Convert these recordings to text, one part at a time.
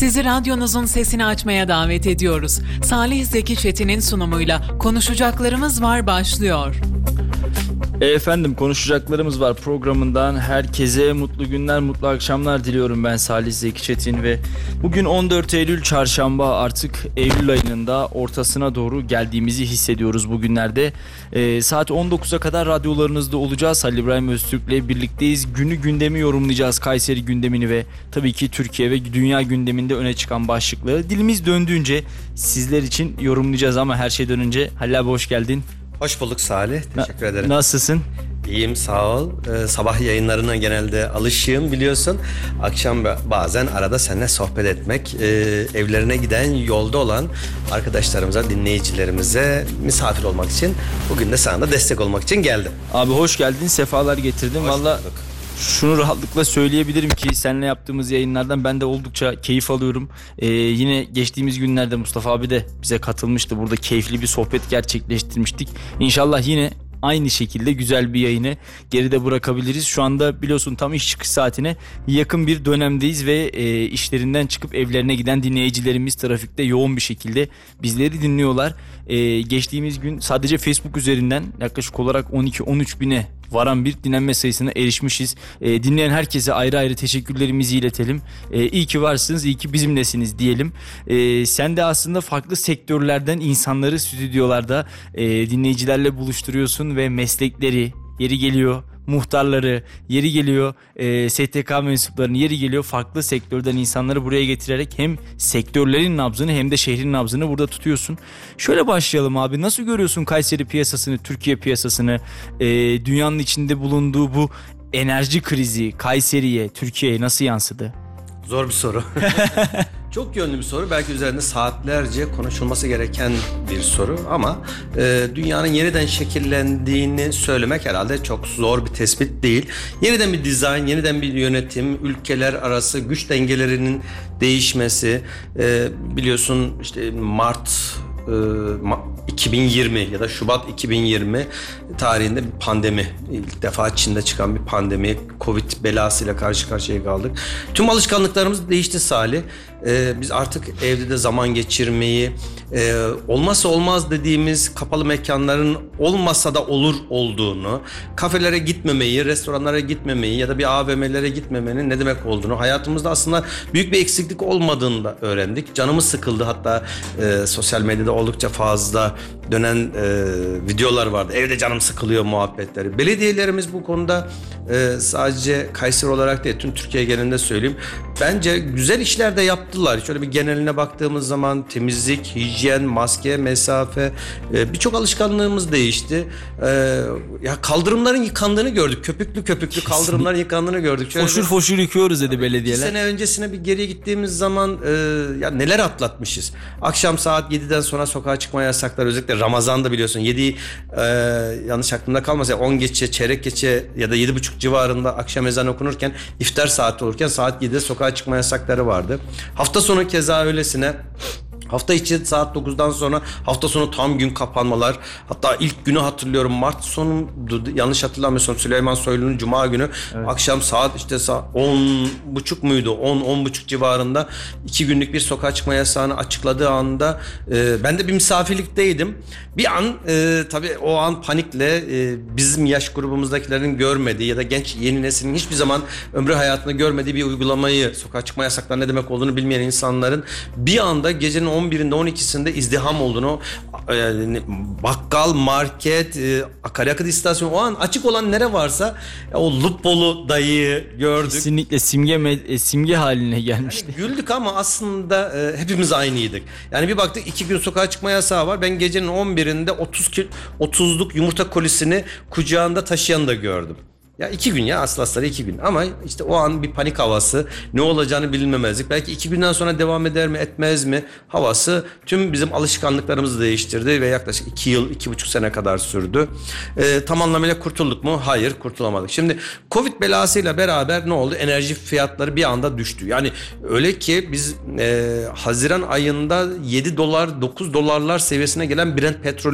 Sizi radyonuzun sesini açmaya davet ediyoruz. Salih Zeki Çetin'in sunumuyla Konuşacaklarımız Var başlıyor. Efendim, Konuşacaklarımız Var programından herkese mutlu günler, mutlu akşamlar diliyorum. Ben Salih Zeki Çetin ve bugün 14 Eylül Çarşamba, artık Eylül ayının da ortasına doğru geldiğimizi hissediyoruz bugünlerde. Saat 19'a kadar radyolarınızda olacağız. Halil İbrahim Öztürk'le birlikteyiz. Günü gündemi yorumlayacağız, Kayseri gündemini ve tabii ki Türkiye ve dünya gündeminde öne çıkan başlıkları dilimiz döndüğünce sizler için yorumlayacağız. Ama her şeyden önce Halil abi, hoş geldin. Hoş bulduk Salih. Teşekkür ederim. Nasılsın? İyiyim, sağ ol. Sabah yayınlarına genelde alışığım, biliyorsun. Akşam bazen arada seninle sohbet etmek, evlerine giden, yolda olan arkadaşlarımıza, dinleyicilerimize misafir olmak için, bugün de sana da destek olmak için geldim. Abi hoş geldin, sefalar getirdin. Valla şunu rahatlıkla söyleyebilirim ki seninle yaptığımız yayınlardan ben de oldukça keyif alıyorum. Yine geçtiğimiz günlerde Mustafa abi de bize katılmıştı. Burada keyifli bir sohbet gerçekleştirmiştik. İnşallah yine aynı şekilde güzel bir yayını geride bırakabiliriz. Şu anda biliyorsun tam iş çıkış saatine yakın bir dönemdeyiz ve işlerinden çıkıp evlerine giden dinleyicilerimiz trafikte yoğun bir şekilde bizleri dinliyorlar. Geçtiğimiz gün sadece Facebook üzerinden yaklaşık olarak 12-13 bine varan bir dinlenme sayısına erişmişiz. Dinleyen herkese ayrı ayrı teşekkürlerimizi iletelim. İyi ki varsınız, iyi ki bizimlesiniz diyelim. Sen de aslında farklı sektörlerden insanları stüdyolarda dinleyicilerle buluşturuyorsun ve meslekleri, yeri geliyor muhtarları, yeri geliyor STK mensuplarını, yeri geliyor farklı sektörden insanları buraya getirerek hem sektörlerin nabzını hem de şehrin nabzını burada tutuyorsun. Şöyle başlayalım abi, nasıl görüyorsun Kayseri piyasasını, Türkiye piyasasını, dünyanın içinde bulunduğu bu enerji krizi Kayseri'ye, Türkiye'ye nasıl yansıdı? Zor bir soru. Çok yönlü bir soru. Belki üzerinde saatlerce konuşulması gereken bir soru ama dünyanın yeniden şekillendiğini söylemek herhalde çok zor bir tespit değil. Yeniden bir dizayn, yeniden bir yönetim, ülkeler arası güç dengelerinin değişmesi, biliyorsun işte Mart 2020 ya da Şubat 2020 tarihinde bir pandemi, ilk defa Çin'de çıkan bir pandemi, Covid belasıyla karşı karşıya kaldık. Tüm alışkanlıklarımız değişti Salih. Biz artık evde de zaman geçirmeyi, olmazsa olmaz dediğimiz kapalı mekanların olmasa da olur olduğunu, kafelere gitmemeyi, restoranlara gitmemeyi ya da bir AVM'lere gitmemenin ne demek olduğunu, hayatımızda aslında büyük bir eksiklik olmadığını da öğrendik. Canımız sıkıldı, hatta sosyal medyada oldukça fazla dönen videolar vardı. Evde canım sıkılıyor muhabbetleri. Belediyelerimiz bu konuda sadece Kayseri olarak değil, tüm Türkiye genelinde söyleyeyim, bence güzel işler de yaptılar. Şöyle bir geneline baktığımız zaman temizlik, hijyen, maske, mesafe, birçok alışkanlığımız değişti. Ya kaldırımların yıkandığını gördük. Köpüklü kaldırımların yıkandığını gördük. Şöyle foşur yıkıyoruz dedi belediyeler. 2 sene öncesine bir geriye gittiğimiz zaman ya neler atlatmışız. Akşam saat 7'den sonra sokağa çıkma yasakları, özellikle Ramazan'da biliyorsun 7 yanlış aklımda kalmasa 10 geçe, çeyrek geçe ya da 7.30 civarında akşam ezanı okunurken, iftar saati olurken saat 7'de sokağa çıkma yasakları vardı. Hafta sonu keza öylesine. Hafta içi saat 9'dan sonra hafta sonu tam gün kapanmalar. Hatta ilk günü hatırlıyorum, Mart sonu yanlış hatırlamıyorsam Süleyman Soylu'nun Cuma günü, evet, akşam saat işte 10.30 muydu? 10-10.30 civarında 2 günlük bir sokağa çıkma yasağını açıkladığı anda ben de bir misafirlikteydim. Bir an tabii o an panikle bizim yaş grubumuzdakilerin görmediği ya da genç yeni neslin hiçbir zaman ömrü hayatında görmediği bir uygulamayı, sokağa çıkma yasakları ne demek olduğunu bilmeyen insanların bir anda gecenin 11'inde 12'sinde izdiham olduğunu, bakkal, market, akaryakıt istasyonu, o an açık olan nere varsa o Lupolu dayıyı gördük. Kesinlikle simge haline gelmişti. Yani güldük ama aslında hepimiz aynıydık. Yani bir baktık 2 gün sokağa çıkma yasağı var. Ben gecenin 11'inde 30'luk yumurta kolisini kucağında taşıyan da gördüm. Ya 2 gün, ya aslı 2 gün, ama işte o an bir panik havası, ne olacağını bilinmemezlik, belki 2 günden sonra devam eder mi etmez mi havası tüm bizim alışkanlıklarımızı değiştirdi ve yaklaşık 2 yıl 2,5 sene kadar sürdü. Tam anlamıyla kurtulduk mu? Hayır, kurtulamadık. Şimdi Covid belasıyla beraber ne oldu? Enerji fiyatları bir anda düştü. Yani öyle ki biz Haziran ayında $7 $9 seviyesine gelen Brent petrolü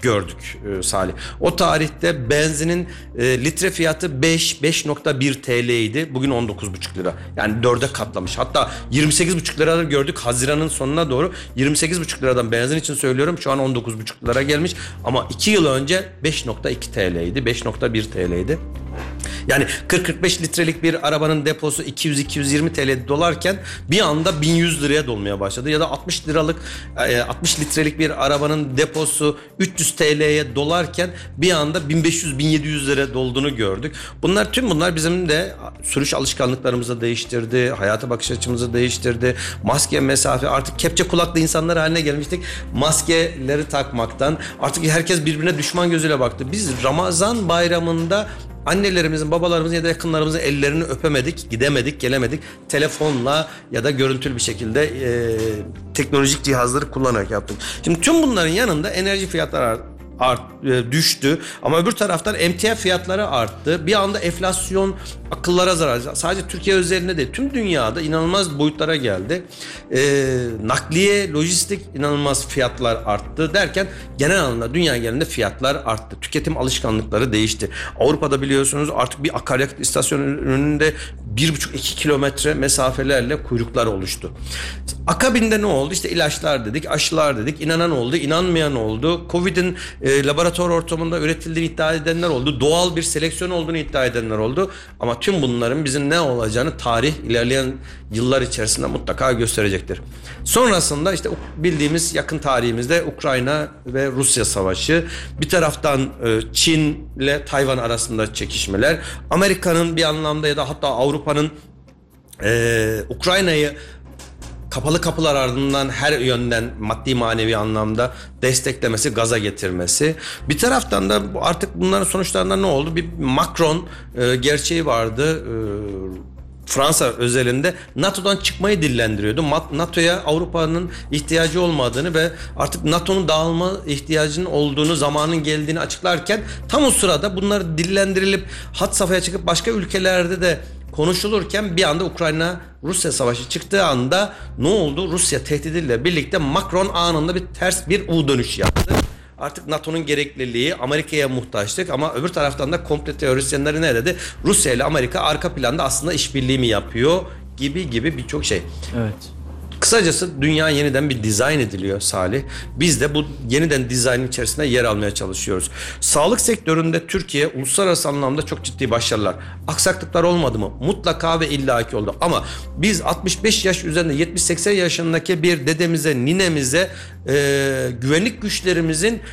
gördük Salih. O tarihte benzinin litre fiyatı 5.1 TL idi. Bugün 19,5 lira. Yani 4'e katlamış. Hatta 28,5 liraları gördük Haziran'ın sonuna doğru. 28,5 liradan benzin için söylüyorum. Şu an 19,5 lira gelmiş. Ama 2 yıl önce 5.2 TL'ydi. 5.1 TL'ydi. Yani 40-45 litrelik bir arabanın deposu 200-220 TL dolarken bir anda 1100 liraya dolmaya başladı. Ya da 60 litrelik bir arabanın deposu 300 TL'ye dolarken bir anda 1500-1700 liraya dolduğunu gördük. Tüm bunlar bizim de sürüş alışkanlıklarımızı değiştirdi. Hayata bakış açımızı değiştirdi. Maske, mesafe, artık kepçe kulaklı insanlar haline gelmiştik. Maskeleri takmaktan artık herkes birbirine düşman gözüyle baktı. Biz Ramazan bayramında annelerimizin, babalarımızın ya da yakınlarımızın ellerini öpemedik, gidemedik, gelemedik. Telefonla ya da görüntülü bir şekilde teknolojik cihazları kullanarak yaptık. Şimdi tüm bunların yanında enerji fiyatları düştü. Ama öbür taraftan emtia fiyatları arttı. Bir anda enflasyon akıllara zarar. Sadece Türkiye özelinde değil, tüm dünyada inanılmaz boyutlara geldi. Nakliye, lojistik inanılmaz fiyatlar arttı derken genel anlamda dünya genelinde fiyatlar arttı. Tüketim alışkanlıkları değişti. Avrupa'da biliyorsunuz artık bir akaryakıt istasyonunun önünde 1,5-2 kilometre mesafelerle kuyruklar oluştu. Akabinde ne oldu? İşte ilaçlar dedik, aşılar dedik. İnanan oldu, inanmayan oldu. Covid'in laboratuvar ortamında üretildiğini iddia edenler oldu. Doğal bir seleksiyon olduğunu iddia edenler oldu. Ama tüm bunların bizim ne olacağını tarih ilerleyen yıllar içerisinde mutlaka gösterecektir. Sonrasında işte bildiğimiz yakın tarihimizde Ukrayna ve Rusya savaşı. Bir taraftan Çin ile Tayvan arasında çekişmeler. Amerika'nın bir anlamda ya da hatta Avrupa'nın Ukrayna'yı kapalı kapılar ardından her yönden maddi manevi anlamda desteklemesi, gaza getirmesi. Bir taraftan da artık bunların sonuçlarında ne oldu? Bir Macron gerçeği vardı. Fransa özelinde NATO'dan çıkmayı dillendiriyordu. NATO'ya Avrupa'nın ihtiyacı olmadığını ve artık NATO'nun dağılma ihtiyacının olduğunu, zamanın geldiğini açıklarken tam o sırada bunlar dillendirilip had safhaya çıkıp başka ülkelerde de konuşulurken bir anda Ukrayna-Rusya savaşı çıktığı anda ne oldu? Rusya tehdidiyle birlikte Macron anında bir ters bir U dönüş yaptı. Artık NATO'nun gerekliliği, Amerika'ya muhtaçlık, ama öbür taraftan da komplo teorisyenleri ne dedi? Rusya ile Amerika arka planda aslında işbirliği mi yapıyor gibi birçok şey. Evet. Kısacası dünya yeniden bir dizayn ediliyor Salih. Biz de bu yeniden dizaynın içerisinde yer almaya çalışıyoruz. Sağlık sektöründe Türkiye uluslararası anlamda çok ciddi başarılar. Aksaklıklar olmadı mı? Mutlaka ve illaki oldu. Ama biz 65 yaş üzerinde 70-80 yaşındaki bir dedemize, ninemize güvenlik güçlerimizin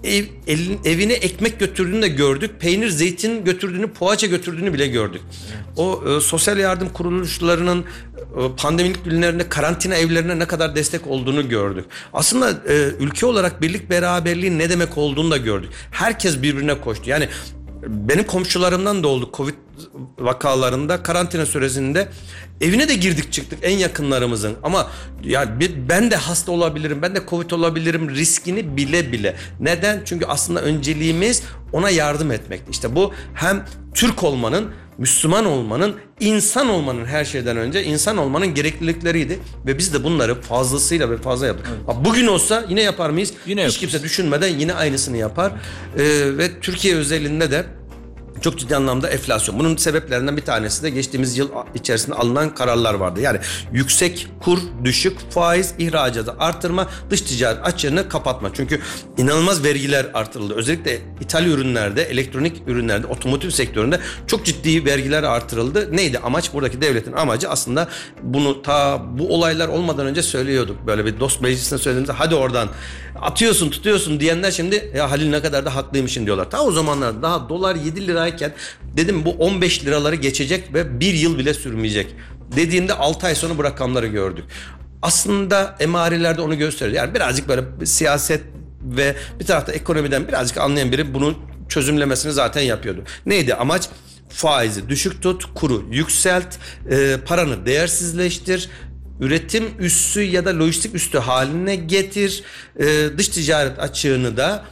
evine ekmek götürdüğünü de gördük. Peynir, zeytin götürdüğünü, poğaça götürdüğünü bile gördük. Evet. O sosyal yardım kuruluşlarının pandemik günlerinde karantina evlerine ne kadar destek olduğunu gördük. Aslında ülke olarak birlik beraberliğin ne demek olduğunu da gördük. Herkes birbirine koştu. Yani benim komşularımdan da oldu Covid vakalarında, karantina süresinde evine de girdik çıktık en yakınlarımızın, ama yani ben de hasta olabilirim, ben de Covid olabilirim riskini bile. Neden? Çünkü aslında önceliğimiz ona yardım etmekti. İşte bu hem Türk olmanın, Müslüman olmanın, insan olmanın, her şeyden önce insan olmanın gereklilikleriydi ve biz de bunları fazlasıyla ve fazla yaptık. Evet. Bugün olsa yine yapar mıyız? Yine hiç kimse düşünmeden yine aynısını yapar. Ve Türkiye özelinde de çok ciddi anlamda enflasyon. Bunun sebeplerinden bir tanesi de geçtiğimiz yıl içerisinde alınan kararlar vardı. Yani yüksek kur, düşük faiz, ihracatı artırma, dış ticaret açığını kapatma. Çünkü inanılmaz vergiler artırıldı. Özellikle ithal ürünlerde, elektronik ürünlerde, otomotiv sektöründe çok ciddi vergiler artırıldı. Neydi amaç? Buradaki devletin amacı aslında bunu ta bu olaylar olmadan önce söylüyorduk. Böyle bir dost meclisine söylediğimizde hadi oradan atıyorsun, tutuyorsun diyenler şimdi ya Halil ne kadar da haklıymışsın diyorlar. Ta o zamanlar daha dolar 7 lirayken dedim bu 15 liraları geçecek ve bir yıl bile sürmeyecek. Dediğimde 6 ay sonra bu rakamları gördük. Aslında emareler de onu gösteriyor. Yani birazcık böyle siyaset ve bir tarafta ekonomiden birazcık anlayan biri bunun çözümlemesini zaten yapıyordu. Neydi amaç? Faizi düşük tut, kuru yükselt, paranı değersizleştir, üretim üssü ya da lojistik üssü haline getir, dış ticaret açığını da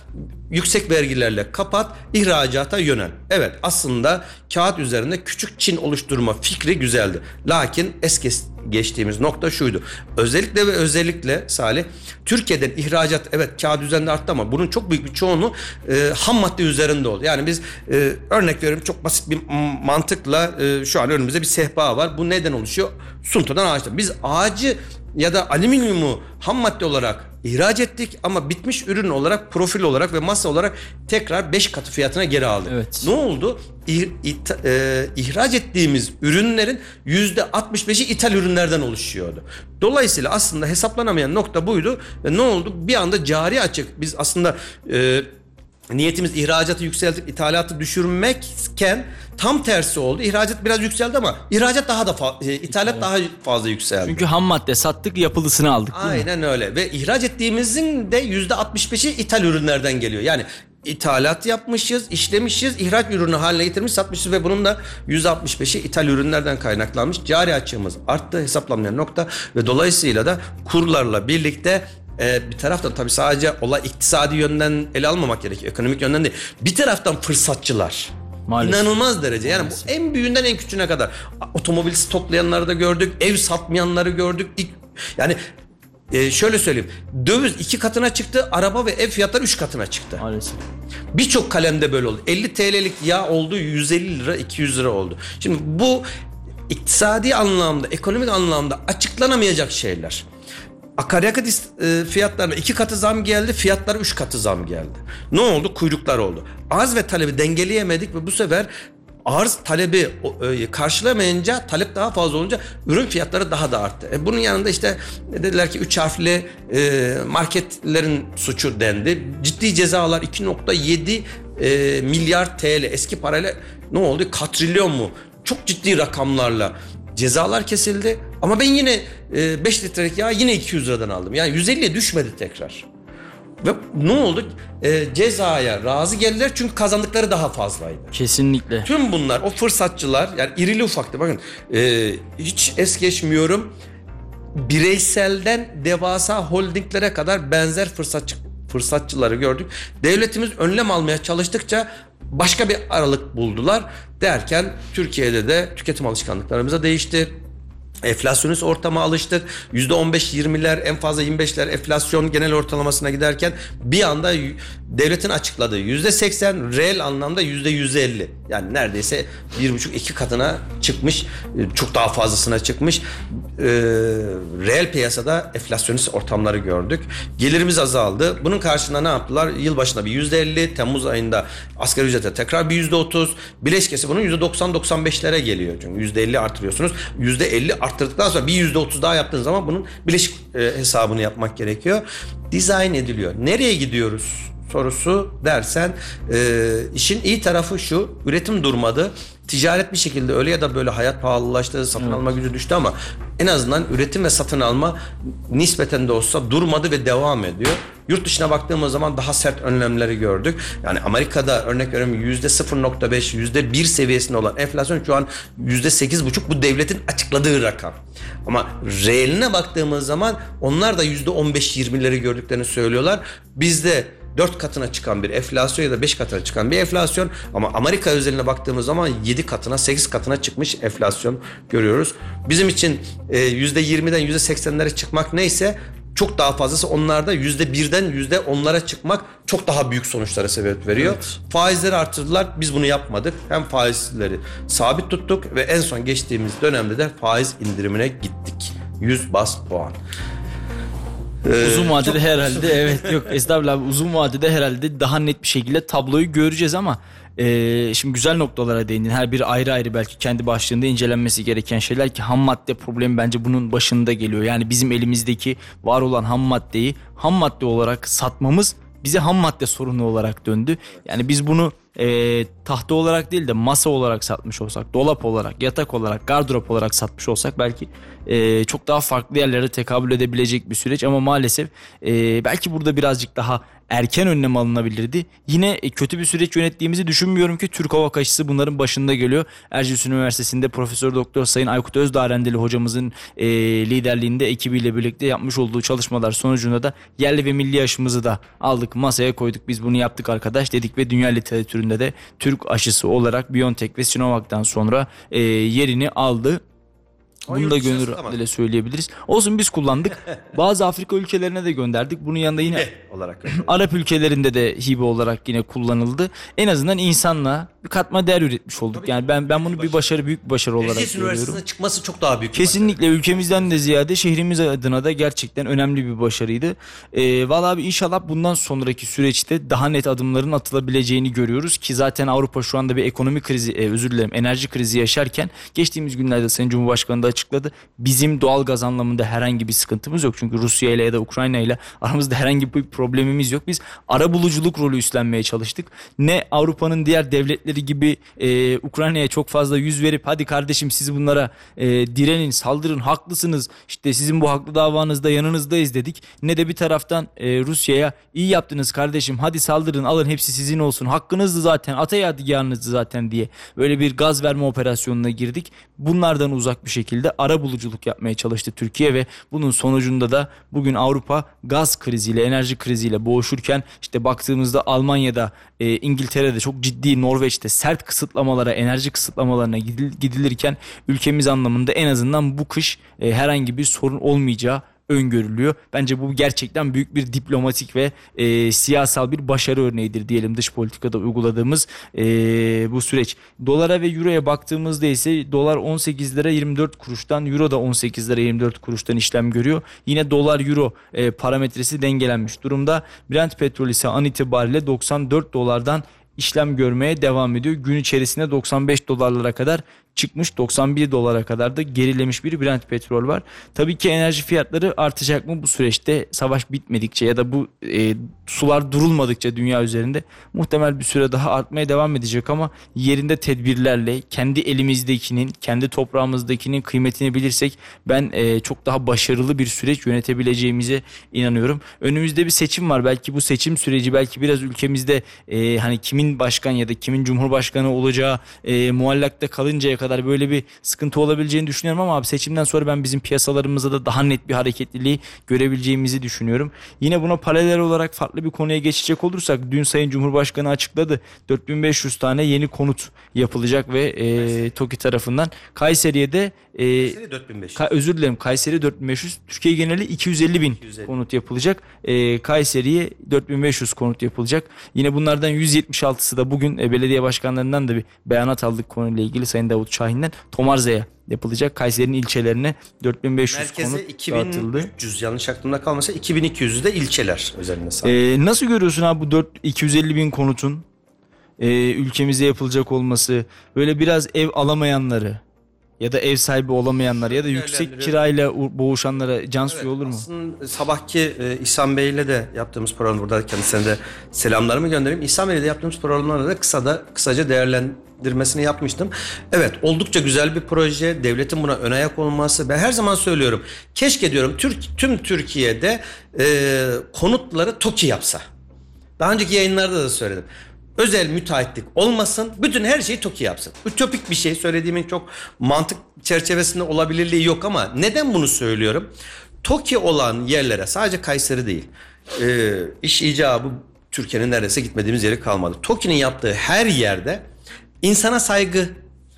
yüksek vergilerle kapat, ihracata yönel. Evet, aslında kağıt üzerinde küçük Çin oluşturma fikri güzeldi. Lakin geçtiğimiz nokta şuydu. Özellikle Salih, Türkiye'den ihracat evet kağıt üzerinde arttı ama bunun çok büyük bir çoğunluğu ham madde üzerinde oldu. Yani biz örnek veriyorum, çok basit bir mantıkla şu an önümüzde bir sehpa var. Bu neden oluşuyor? Suntadan ağaçta. Biz ağacı ya da alüminyumu ham madde olarak ihraç ettik ama bitmiş ürün olarak, profil olarak ve masa olarak tekrar 5 katı fiyatına geri aldık. Evet. Ne oldu? İhraç ettiğimiz ürünlerin %65'i ithal ürünlerden oluşuyordu. Dolayısıyla aslında hesaplanamayan nokta buydu. Ve ne oldu? Bir anda cari açık. Biz aslında niyetimiz ihracatı yükseltip ithalatı düşürmekken tam tersi oldu. İhracat biraz yükseldi ama ihracat ithalat daha fazla yükseldi. Çünkü ham madde sattık, yapılısını aldık, değil mi? Aynen öyle. Ve ihraç ettiğimizin de %65'i ithal ürünlerden geliyor. Yani ithalat yapmışız, işlemişiz, ihraç ürünü haline getirmiş, satmışız ve bunun da %65'i ithal ürünlerden kaynaklanmış. Cari açığımız arttı, hesaplanmayan nokta ve dolayısıyla da kurlarla birlikte bir taraftan tabii sadece olay iktisadi yönden ele almamak gerekiyor. Ekonomik yönden değil. Bir taraftan fırsatçılar. Maalesef. İnanılmaz derece. Yani maalesef. Bu en büyüğünden en küçüğüne kadar. Otomobil stoklayanları da gördük. Ev satmayanları gördük. Yani şöyle söyleyeyim. Döviz 2 katına çıktı. Araba ve ev fiyatları 3 katına çıktı. Maalesef. Birçok kalemde böyle oldu. 50 TL'lik yağ oldu. 150 lira, 200 lira oldu. Şimdi bu iktisadi anlamda, ekonomik anlamda açıklanamayacak şeyler. Akaryakıt fiyatlarına 2 katı zam geldi, fiyatlara 3 katı zam geldi. Ne oldu? Kuyruklar oldu. Arz ve talebi dengeleyemedik ve bu sefer arz talebi karşılamayınca, talep daha fazla olunca ürün fiyatları daha da arttı. Bunun yanında işte dediler ki 3 harfli marketlerin suçu dendi. Ciddi cezalar 2.7 milyar TL eski parayla ne oldu? Katrilyon mu? Çok ciddi rakamlarla cezalar kesildi. Ama ben yine 5 litrelik yağ yine 200 liradan aldım. Yani 150'ye düşmedi tekrar. Ve ne oldu? Cezaya razı geldiler çünkü kazandıkları daha fazlaydı. Kesinlikle. Tüm bunlar, o fırsatçılar, yani irili ufaktı. Bakın hiç es geçmiyorum. Bireyselden devasa holdinglere kadar benzer fırsatçıları gördük. Devletimiz önlem almaya çalıştıkça başka bir aralık buldular derken Türkiye'de de tüketim alışkanlıklarımıza değişti. Enflasyonist ortama alıştık. %15-20'ler, en fazla 25'ler enflasyon genel ortalamasına giderken bir anda devletin açıkladığı %80, reel anlamda %150. Yani neredeyse 1,5-2 katına çıkmış, çok daha fazlasına çıkmış. Reel piyasada enflasyonist ortamları gördük. Gelirimiz azaldı. Bunun karşılığında ne yaptılar? Yılbaşında bir %50, Temmuz ayında asgari ücrete tekrar bir %30, bileşkesi bunun %90-95'lere geliyor. Çünkü %50 artırıyorsunuz. %50 arttırdıktan sonra bir %30 daha yaptığınız zaman bunun bileşik hesabını yapmak gerekiyor. Dizayn ediliyor. Nereye gidiyoruz sorusu dersen işin iyi tarafı şu: üretim durmadı. Ticaret bir şekilde öyle ya da böyle hayat pahalılaştı, satın alma gücü düştü ama en azından üretim ve satın alma nispeten de olsa durmadı ve devam ediyor. Yurt dışına baktığımız zaman daha sert önlemleri gördük. Yani Amerika'da örnek veriyorum %0.5, %1 seviyesinde olan enflasyon şu an %8.5, bu devletin açıkladığı rakam. Ama reeline baktığımız zaman onlar da %15-20'leri gördüklerini söylüyorlar. Bizde 4 katına çıkan bir enflasyon ya da 5 katına çıkan bir enflasyon, ama Amerika özeline baktığımız zaman 7 katına 8 katına çıkmış enflasyon görüyoruz. Bizim için %20'den %80'lere çıkmak neyse, çok daha fazlası onlarda %1'den %10'lara çıkmak çok daha büyük sonuçlara sebep veriyor. Evet. Faizleri artırdılar, biz bunu yapmadık. Hem faizleri sabit tuttuk ve en son geçtiğimiz dönemde de faiz indirimine gittik. 100 bas puan. Uzun vadede herhalde evet, yok estağfurullah abi, uzun vadede herhalde daha net bir şekilde tabloyu göreceğiz ama şimdi güzel noktalara değindin. Her biri ayrı ayrı belki kendi başlığında incelenmesi gereken şeyler ki ham madde problemi bence bunun başında geliyor. Yani bizim elimizdeki var olan ham maddeyi ham madde olarak satmamız bize ham madde sorunu olarak döndü. Yani biz bunu tahta olarak değil de masa olarak satmış olsak, dolap olarak, yatak olarak, gardırop olarak satmış olsak belki çok daha farklı yerlere tekabül edebilecek bir süreç ama maalesef belki burada birazcık daha erken önlem alınabilirdi. Yine kötü bir süreç yönettiğimizi düşünmüyorum ki Türk Hava Kaşısı bunların başında geliyor. Erciyes Üniversitesi'nde Profesör Doktor Sayın Aykut Özdağrendeli hocamızın liderliğinde ekibiyle birlikte yapmış olduğu çalışmalar sonucunda da yerli ve milli aşımızı da aldık, masaya koyduk. Biz bunu yaptık arkadaş dedik ve dünya literatüründe de Türk aşısı olarak BioNTech ve Sinovac'tan sonra yerini aldı. Bunu da gönül rahatlığıyla söyleyebiliriz. Olsun, biz kullandık. Bazı Afrika ülkelerine de gönderdik. Bunun yanında yine olarak Arap ülkelerinde de hibe olarak yine kullanıldı. En azından insanla bir katma değer üretmiş olduk. Yani ben bunu büyük bir başarı olarak Erciyes görüyorum. Üniversitesi'ne çıkması çok daha büyük. Kesinlikle ülkemizden de ziyade şehrimiz adına da gerçekten önemli bir başarıydı. Vallahi abi inşallah bundan sonraki süreçte daha net adımların atılabileceğini görüyoruz ki zaten Avrupa şu anda bir ekonomi krizi, enerji krizi yaşarken geçtiğimiz günlerde Sayın Cumhurbaşkanı da açıkladı. Bizim doğalgaz anlamında herhangi bir sıkıntımız yok. Çünkü Rusya ile ya da Ukrayna ile aramızda herhangi bir problemimiz yok. Biz arabuluculuk rolü üstlenmeye çalıştık. Ne Avrupa'nın diğer devletleri gibi Ukrayna'ya çok fazla yüz verip hadi kardeşim siz bunlara direnin, saldırın, haklısınız. İşte sizin bu haklı davanızda yanınızdayız dedik. Ne de bir taraftan Rusya'ya iyi yaptınız kardeşim, hadi saldırın, alın, hepsi sizin olsun. Hakkınızdı zaten, atayadigarınızdı zaten diye böyle bir gaz verme operasyonuna girdik. Bunlardan uzak bir şekilde arabuluculuk yapmaya çalıştı Türkiye ve bunun sonucunda da bugün Avrupa gaz kriziyle, enerji kriziyle boğuşurken işte baktığımızda Almanya'da, İngiltere'de çok ciddi, Norveç'te sert kısıtlamalara, enerji kısıtlamalarına gidilirken ülkemiz anlamında en azından bu kış herhangi bir sorun olmayacağı öngörülüyor. Bence bu gerçekten büyük bir diplomatik ve siyasal bir başarı örneğidir diyelim dış politikada uyguladığımız bu süreç. Dolara ve euroya baktığımızda ise dolar 18 lira 24 kuruştan, euro da 18 lira 24 kuruştan işlem görüyor. Yine dolar euro parametresi dengelenmiş durumda. Brent petrol ise an itibariyle 94 dolardan işlem görmeye devam ediyor. Gün içerisinde 95 dolarlara kadar çıkmış, 91 dolara kadar da gerilemiş bir Brent petrol var. Tabii ki enerji fiyatları artacak mı bu süreçte, savaş bitmedikçe ya da bu sular durulmadıkça dünya üzerinde muhtemel bir süre daha artmaya devam edecek ama yerinde tedbirlerle kendi elimizdekinin, kendi toprağımızdakinin kıymetini bilirsek ben çok daha başarılı bir süreç yönetebileceğimize inanıyorum. Önümüzde bir seçim var. Belki bu seçim süreci belki biraz ülkemizde hani kimin başkan ya da kimin cumhurbaşkanı olacağı muallakta kalıncaya kadar böyle bir sıkıntı olabileceğini düşünüyorum ama abi seçimden sonra ben bizim piyasalarımızda da daha net bir hareketliliği görebileceğimizi düşünüyorum. Yine buna paralel olarak farklı bir konuya geçecek olursak dün Sayın Cumhurbaşkanı açıkladı. 4500 tane yeni konut yapılacak ve TOKİ tarafından. Kayseri'ye de Kayseri 4500. Özür dilerim, Kayseri 4500, Türkiye geneli 250.000 konut yapılacak. Kayseri'ye 4500 konut yapılacak. Yine bunlardan 176'sı da bugün belediye başkanlarından da bir beyanat aldık konuyla ilgili Sayın Davut Şahin'den. Tomarza'ya yapılacak. Kayseri'nin ilçelerine 4500 merkeze konut dağıtıldı. 2300 yanlış aklımda kalmasa 2200 de ilçeler özelinde sahip. Nasıl görüyorsun abi bu 250.000 konutun ülkemizde yapılacak olması, böyle biraz ev alamayanları ya da ev sahibi olamayanlar ya da yüksek kirayla boğuşanlara can suyu olur mu? Aslında sabahki İhsan Bey'le de yaptığımız program, burada kendisine de selamlarımı göndereyim. İhsan Bey'le de yaptığımız programlarda da kısaca değerlendirmesini yapmıştım. Evet, oldukça güzel bir proje. Devletin buna ön ayak olması. Ben her zaman söylüyorum. Keşke diyorum tüm Türkiye'de konutları TOKİ yapsa. Daha önceki yayınlarda da söyledim. Özel müteahhitlik olmasın. Bütün her şeyi TOKİ yapsın. Ütopik bir şey. Söylediğimin çok mantık çerçevesinde olabilirliği yok ama neden bunu söylüyorum? TOKİ olan yerlere, sadece Kayseri değil, iş icabı Türkiye'nin neredeyse gitmediğimiz yeri kalmadı. TOKİ'nin yaptığı her yerde insana saygı,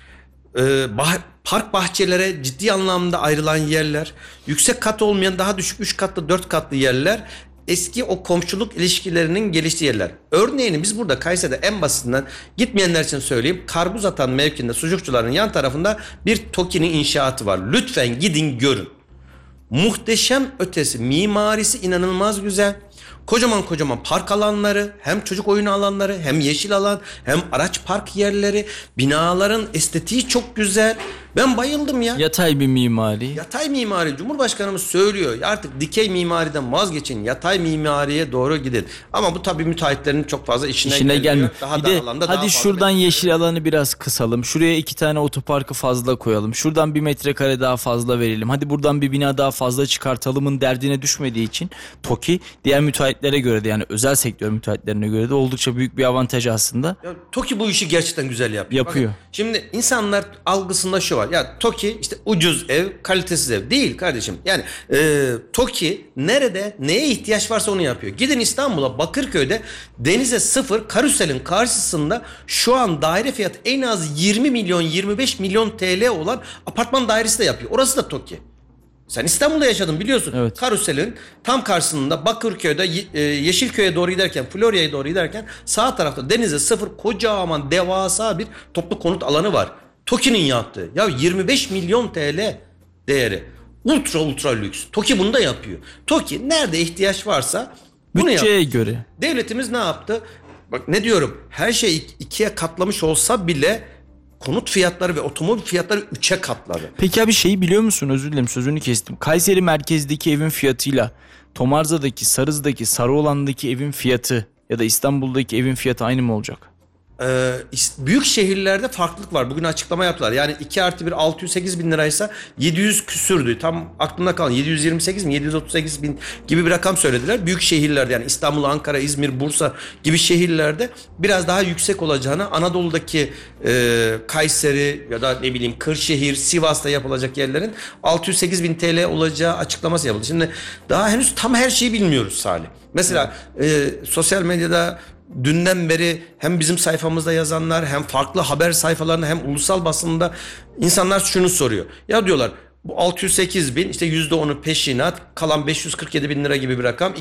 park bahçelere ciddi anlamda ayrılan yerler, yüksek kat olmayan daha düşük 3 katlı 4 katlı yerler, eski o komşuluk ilişkilerinin geliştiği yerler. Örneğini biz burada Kayseri'de en basitinden, gitmeyenler için söyleyeyim, karpuz atan mevkinde sucukçuların yan tarafında bir TOKİ'nin inşaatı var. Lütfen gidin görün. Muhteşem ötesi, mimarisi inanılmaz güzel. Kocaman park alanları, hem çocuk oyunu alanları, hem yeşil alan, hem araç park yerleri, binaların estetiği çok güzel. Ben bayıldım ya. Yatay bir mimari. Yatay mimari, Cumhurbaşkanımız söylüyor. Artık dikey mimariden vazgeçin, yatay mimariye doğru gidin. Ama bu tabii müteahhitlerin çok fazla işine gelmiyor. Daha bir de alanda hadi daha şuradan yeşil alanı biraz kısalım. Şuraya 2 tane otoparkı fazla koyalım. Şuradan 1 metrekare daha fazla verelim. Hadi buradan bir bina daha fazla çıkartalımın derdine düşmediği için TOKİ diğer müteahhitlere göre de yani özel sektör müteahhitlerine göre de oldukça büyük bir avantaj aslında. Ya, TOKİ bu işi gerçekten güzel yapıyor. Yapıyor. Bakın, şimdi insanlar algısında şu var. Ya TOKİ işte ucuz ev, kalitesiz ev. Değil kardeşim. Yani TOKİ nerede neye ihtiyaç varsa onu yapıyor. Gidin İstanbul'a, Bakırköy'de denize sıfır karuselin karşısında şu an daire fiyatı en az 20 milyon 25 milyon TL olan apartman dairesi de yapıyor. Orası da TOKİ. Sen İstanbul'da yaşadın biliyorsun. Evet. Karuselin tam karşısında Bakırköy'de Yeşilköy'e doğru giderken, Florya'ya doğru giderken sağ tarafta denize sıfır kocaman devasa bir toplu konut alanı var. TOKİ'nin yaptığı. Ya 25 milyon TL değeri. Ultra lüks. TOKİ bunu da yapıyor. TOKİ nerede ihtiyaç varsa bunu Bütçeye yapıyor. göre. Devletimiz ne yaptı? Bak ne diyorum? Her şey ikiye katlamış olsa bile konut fiyatları ve otomobil fiyatları 3'e katladı. Peki abi şeyi biliyor musun? Özür dilerim sözünü kestim. Kayseri merkezdeki evin fiyatıyla Tomarza'daki, Sarız'daki, Sarıoğlan'daki evin fiyatı ya da İstanbul'daki evin fiyatı aynı mı olacak? Büyük şehirlerde farklılık var. Bugün açıklama yaptılar. Yani 2+1 608 bin liraysa 700 küsürdü. Tam aklımda kalan 728 mi 738 bin gibi bir rakam söylediler. Büyük şehirlerde yani İstanbul, Ankara, İzmir, Bursa gibi şehirlerde biraz daha yüksek olacağını, Anadolu'daki Kayseri ya da ne bileyim Kırşehir, Sivas'ta yapılacak yerlerin 608 bin TL olacağı açıklaması yapıldı. Şimdi daha henüz tam her şeyi bilmiyoruz Salih. Mesela sosyal medyada dünden beri hem bizim sayfamızda yazanlar hem farklı haber sayfalarında hem ulusal basında insanlar şunu soruyor. Ya diyorlar bu 608 bin işte %10'u peşinat kalan 547 bin lira gibi bir rakam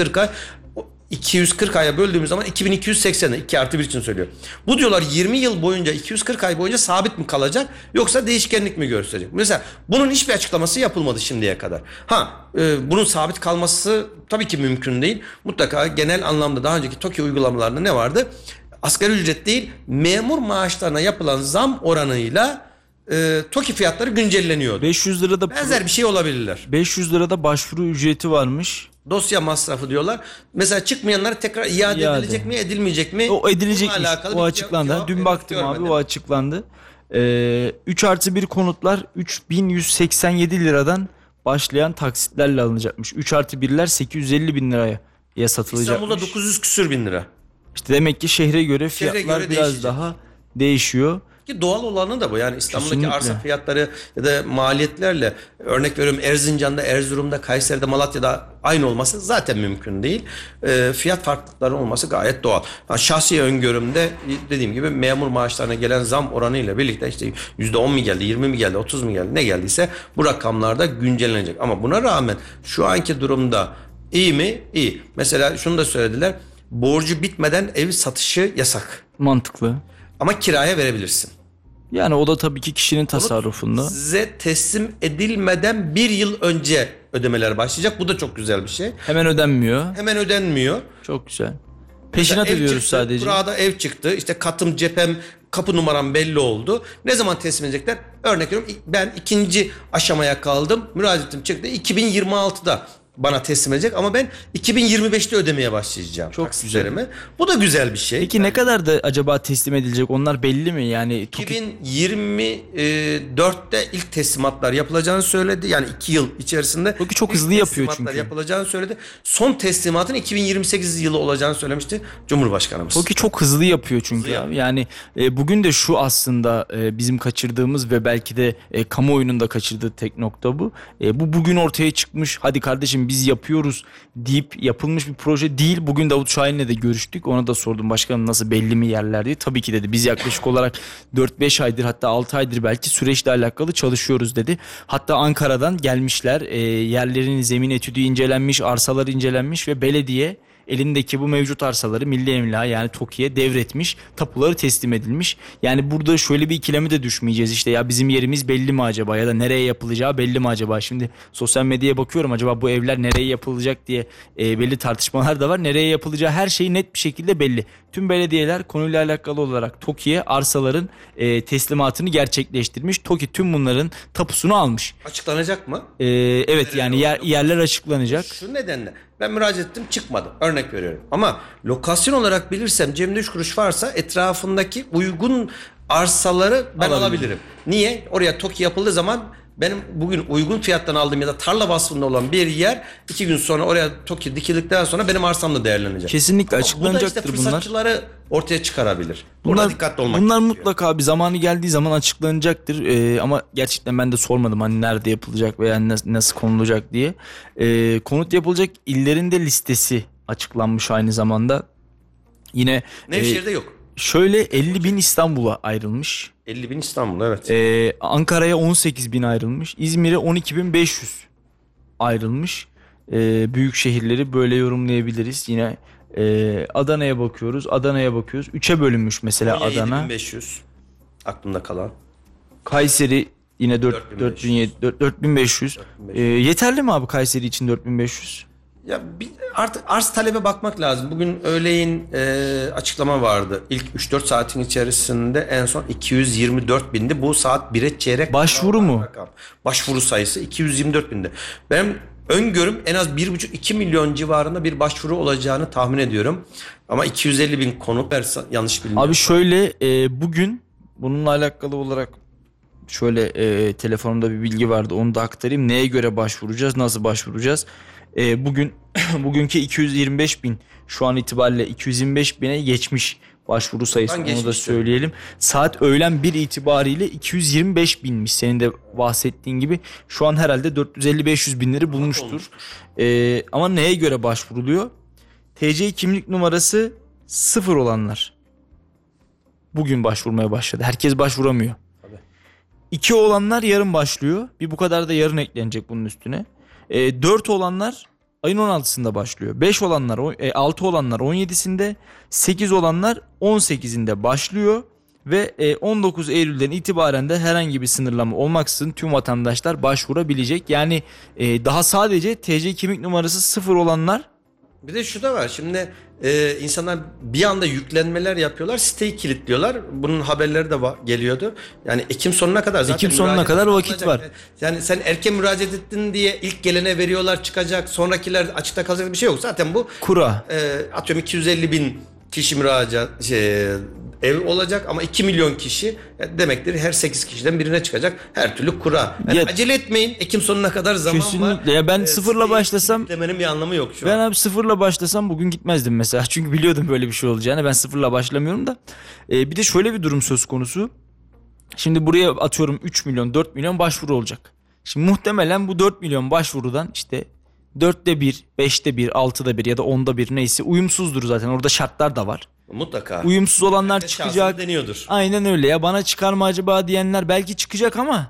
240 aya böldüğümüz zaman 2280 2+1 için söylüyor. Bu diyorlar 20 yıl boyunca 240 ay boyunca sabit mi kalacak yoksa değişkenlik mi gösterecek? Mesela bunun hiçbir açıklaması yapılmadı şimdiye kadar. Bunun sabit kalması tabii ki mümkün değil. Mutlaka genel anlamda daha önceki TOKİ uygulamalarında ne vardı? Asgari ücret değil memur maaşlarına yapılan zam oranıyla TOKİ fiyatları güncelleniyordu. 500 lirada Benzer bir şey olabilirler. 500 lirada başvuru ücreti varmış. Dosya masrafı diyorlar. Mesela çıkmayanlara tekrar iade edilecek mi, edilmeyecek mi? O edilecekmiş. Alakalı O açıklandı. cevap Dün henüz baktım görmedim. abi o açıklandı. 3+1 konutlar 3187 liradan başlayan taksitlerle alınacakmış. 3+1'ler 850 bin liraya satılacakmış. İstanbul'da 900 küsür bin lira. İşte demek ki şehre göre Şehre fiyatlar göre biraz değişecek. daha değişiyor. Ki doğal olanı da bu. Yani İstanbul'daki Kesinlikle. arsa fiyatları ya da maliyetlerle örnek veriyorum Erzincan'da, Erzurum'da, Kayseri'de, Malatya'da aynı olması zaten mümkün değil. Fiyat farklılıklarının olması gayet doğal. Şahsi öngörümde dediğim gibi memur maaşlarına gelen zam oranıyla birlikte işte %10 mi geldi, 20 mi geldi, 30 mu geldi ne geldiyse bu rakamlarda güncellenecek. Ama buna rağmen şu anki durumda iyi mi? İyi. Mesela şunu da söylediler. Borcu bitmeden ev satışı yasak. Mantıklı. Ama kiraya verebilirsin. Yani o da tabii ki kişinin tasarrufunda. Size teslim edilmeden bir yıl önce ödemeler başlayacak. Bu da çok güzel bir şey. Hemen ödenmiyor. Hemen ödenmiyor. Çok güzel. Peşinat Ev ödüyoruz çıktı, sadece. Kurada ev çıktı. İşte katım, cephem, kapı numaram belli oldu. Ne zaman teslim edecekler? Örnek veriyorum ben ikinci aşamaya kaldım. Müracaatim çıktı. 2026'da bana teslim edecek ama ben 2025'te ödemeye başlayacağım. Çok taksitlerimi. Bu da güzel bir şey. Peki ne kadar da acaba teslim edilecek? Onlar belli mi? Yani 2024'te ilk teslimatlar yapılacağını söyledi. Yani 2 yıl içerisinde. Çünkü çok ilk hızlı yapıyor teslimatlar çünkü. yapılacağını söyledi. Son teslimatın 2028 yılı olacağını söylemişti Cumhurbaşkanımız. TOKİ çok hızlı yapıyor çünkü Hızlı abi. Yani bugün de şu aslında bizim kaçırdığımız ve belki de kamuoyunun da kaçırdığı tek nokta bu. Bu bugün ortaya çıkmış. Hadi kardeşim biz yapıyoruz deyip yapılmış bir proje değil. Bugün Davut Şahin'le de görüştük. Ona da sordum başkanım nasıl belli mi yerler diye. Tabii ki dedi. Biz yaklaşık olarak 4-5 aydır hatta 6 aydır belki süreçle alakalı çalışıyoruz dedi. Hatta Ankara'dan gelmişler. Yerlerin zemin etüdü incelenmiş, arsalar incelenmiş ve belediye elindeki bu mevcut arsaları Milli Emlak'a yani TOKİ'ye devretmiş, tapuları teslim edilmiş. Yani burada şöyle bir ikileme de düşmeyeceğiz işte ya bizim yerimiz belli mi acaba ya da nereye yapılacağı belli mi acaba? Şimdi sosyal medyaya bakıyorum acaba bu evler nereye yapılacak diye belli tartışmalar da var. Nereye yapılacağı her şey net bir şekilde belli. Tüm belediyeler konuyla alakalı olarak TOKİ'ye arsaların teslimatını gerçekleştirmiş. TOKİ tüm bunların tapusunu almış. Açıklanacak mı? Evet yani yerler açıklanacak. Şu nedenle ben müracaat ettim çıkmadı. Örnek veriyorum. Ama lokasyon olarak bilirsem cebimde 3 kuruş varsa etrafındaki uygun arsaları ben alabilirim. Niye? Oraya TOKİ yapıldığı zaman benim bugün uygun fiyattan aldığım ya da tarla vasfında olan bir yer 2 gün sonra oraya TOKİ dikildikten sonra benim arsamla değerlenecek. Kesinlikle Ama açıklanacaktır bu da işte bunlar. fırsatçıları ortaya çıkarabilir. Burada dikkatli olmak bunlar gerekiyor. mutlaka bir zamanı geldiği zaman açıklanacaktır. Ama gerçekten ben de sormadım hani nerede yapılacak veya nasıl konulacak diye. Konut yapılacak illerin de listesi açıklanmış aynı zamanda. Yine Nevşehir'de yok. şöyle 50.000 İstanbul'a ayrılmış. 50.000 İstanbul, evet. Ankara'ya 18.000 ayrılmış. İzmir'e 12.500 ayrılmış. Büyük şehirleri böyle yorumlayabiliriz. Yine Adana'ya bakıyoruz. 3'e bölünmüş mesela Konya Adana. 7.500 aklımda kalan. Kayseri yine 4.500. 4.500. Yeterli mi abi Kayseri için 4.500? Ya artık arz talebe bakmak lazım. Bugün öğleyin açıklama vardı. İlk 3-4 saatin içerisinde en son 224 bindi. Bu saat 1'e çeyrek. Başvuru mu? Rakam. Başvuru sayısı 224 bindi. Benim öngörüm en az 1,5-2 milyon civarında bir başvuru olacağını tahmin ediyorum. Ama 250 bin konut yanlış bilmiyorum. Abi şöyle bugün bununla alakalı olarak şöyle telefonumda bir bilgi vardı, onu da aktarayım. Neye göre başvuracağız, nasıl başvuracağız? Bugünkü 225 bin şu an itibariyle 225 bine geçmiş başvuru sayısı, onu da söyleyelim. Saat öğlen 1 itibariyle 225 binmiş, senin de bahsettiğin gibi. Şu an herhalde 450-500 binleri bulmuştur. Ama neye göre başvuruluyor? TC kimlik numarası 0 olanlar bugün başvurmaya başladı. Herkes başvuramıyor. 2 olanlar yarın başlıyor. Bir bu kadar da yarın eklenecek bunun üstüne. 4 olanlar ayın 16'sında başlıyor. 5 olanlar, 6 olanlar 17'sinde, 8 olanlar 18'inde başlıyor ve 19 Eylül'den itibaren de herhangi bir sınırlama olmaksızın tüm vatandaşlar başvurabilecek. Yani daha sadece TC kimlik numarası 0 olanlar. Bir de şu da var. Şimdi insanlar bir anda yüklenmeler yapıyorlar. Siteyi kilitliyorlar. Bunun haberleri de geliyordu. Yani Ekim sonuna kadar zaten Ekim sonuna kadar vakit var. Yani sen erken müracaat ettin diye ilk gelene veriyorlar, çıkacak. Sonrakiler açıkta kalacak bir şey yok. Zaten bu Kura. Atıyorum 250 bin kişi müracaat ev olacak ama 2 milyon kişi demektir her 8 kişiden birine çıkacak. Her türlü kura. Yani acele etmeyin. Ekim sonuna kadar zaman var. Kesinlikle. Ya ben sıfırla başlasam demenin bir anlamı yok şu ben an. abi sıfırla başlasam bugün gitmezdim mesela. Çünkü biliyordum böyle bir şey olacağını. Ben sıfırla başlamıyorum da. Bir de şöyle bir durum söz konusu. Şimdi buraya atıyorum 3 milyon 4 milyon başvuru olacak. Şimdi muhtemelen bu 4 milyon başvurudan işte 4'te 1, 5'te 1, 6'da 1 ya da 10'da 1 neyse uyumsuzdur zaten. Orada şartlar da var. Mutlaka. Uyumsuz olanlar çıkacak. Deniyordur. Aynen öyle ya, bana çıkar mı acaba diyenler belki çıkacak ama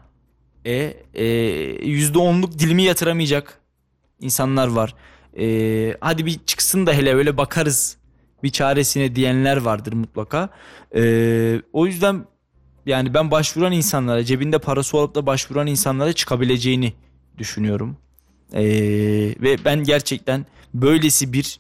%10'luk dilimi yatıramayacak insanlar var. Hadi bir çıksın da hele öyle bakarız bir çaresine diyenler vardır mutlaka. O yüzden yani ben başvuran insanlara, cebinde parası olup da başvuran insanlara çıkabileceğini düşünüyorum. Ve ben gerçekten böylesi bir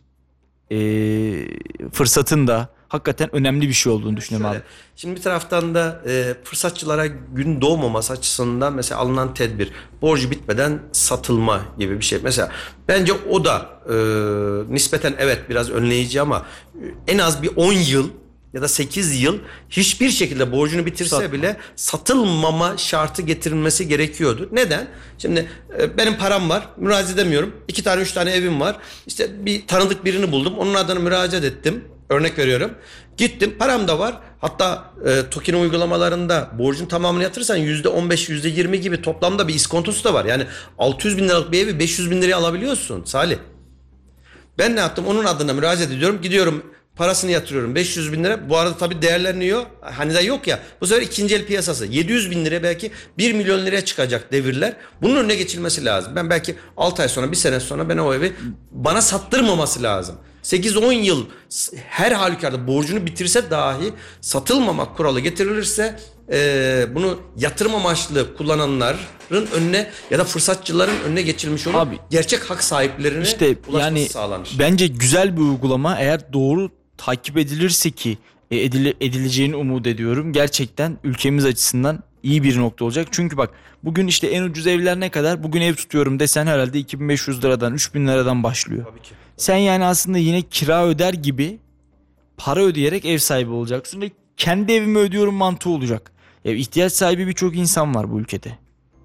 fırsatın da hakikaten önemli bir şey olduğunu düşünüyorum abi. Şimdi bir taraftan da fırsatçılara gün doğmaması açısından mesela alınan tedbir, borcu bitmeden satılma gibi bir şey. Mesela bence o da nispeten evet biraz önleyici ama en az bir 10 yıl ya da 8 yıl hiçbir şekilde borcunu bitirse bile satılmama şartı getirilmesi gerekiyordu. Neden? Şimdi benim param var, müracaat edemiyorum. 2 tane 3 tane evim var. İşte bir tanıdık birini buldum. Onun adına müracaat ettim. Örnek veriyorum. Gittim, param da var. Hatta TOKİ'nin uygulamalarında borcun tamamını yatırırsan %15, %20 gibi toplamda bir iskontosu da var. Yani 600 bin liralık bir evi 500 bin liraya alabiliyorsun Salih. Ben ne yaptım? Onun adına müracaat ediyorum. Gidiyorum, parasını yatırıyorum 500 bin lira. Bu arada tabii değerleniyor. Hani de yok ya. Bu sefer ikinci el piyasası. 700 bin liraya belki 1 milyon liraya çıkacak devirler. Bunun önüne geçilmesi lazım. Ben belki 6 ay sonra, 1 sene sonra ben o evi bana sattırmaması lazım. 8-10 yıl her halükarda borcunu bitirse dahi satılmamak kuralı getirilirse bunu yatırım amaçlı kullananların önüne ya da fırsatçıların önüne geçilmiş olur. Abi, gerçek hak sahiplerine işte ulaşması yani sağlanır. Bence güzel bir uygulama, eğer doğru takip edilirse ki edileceğini umut ediyorum. Gerçekten ülkemiz açısından iyi bir nokta olacak. Çünkü bak bugün işte en ucuz evler ne kadar? Bugün ev tutuyorum desen herhalde 2500 liradan 3000 liradan başlıyor. Tabii ki. Sen yani aslında yine kira öder gibi para ödeyerek ev sahibi olacaksın ve kendi evimi ödüyorum mantığı olacak. Ya ihtiyaç sahibi birçok insan var bu ülkede.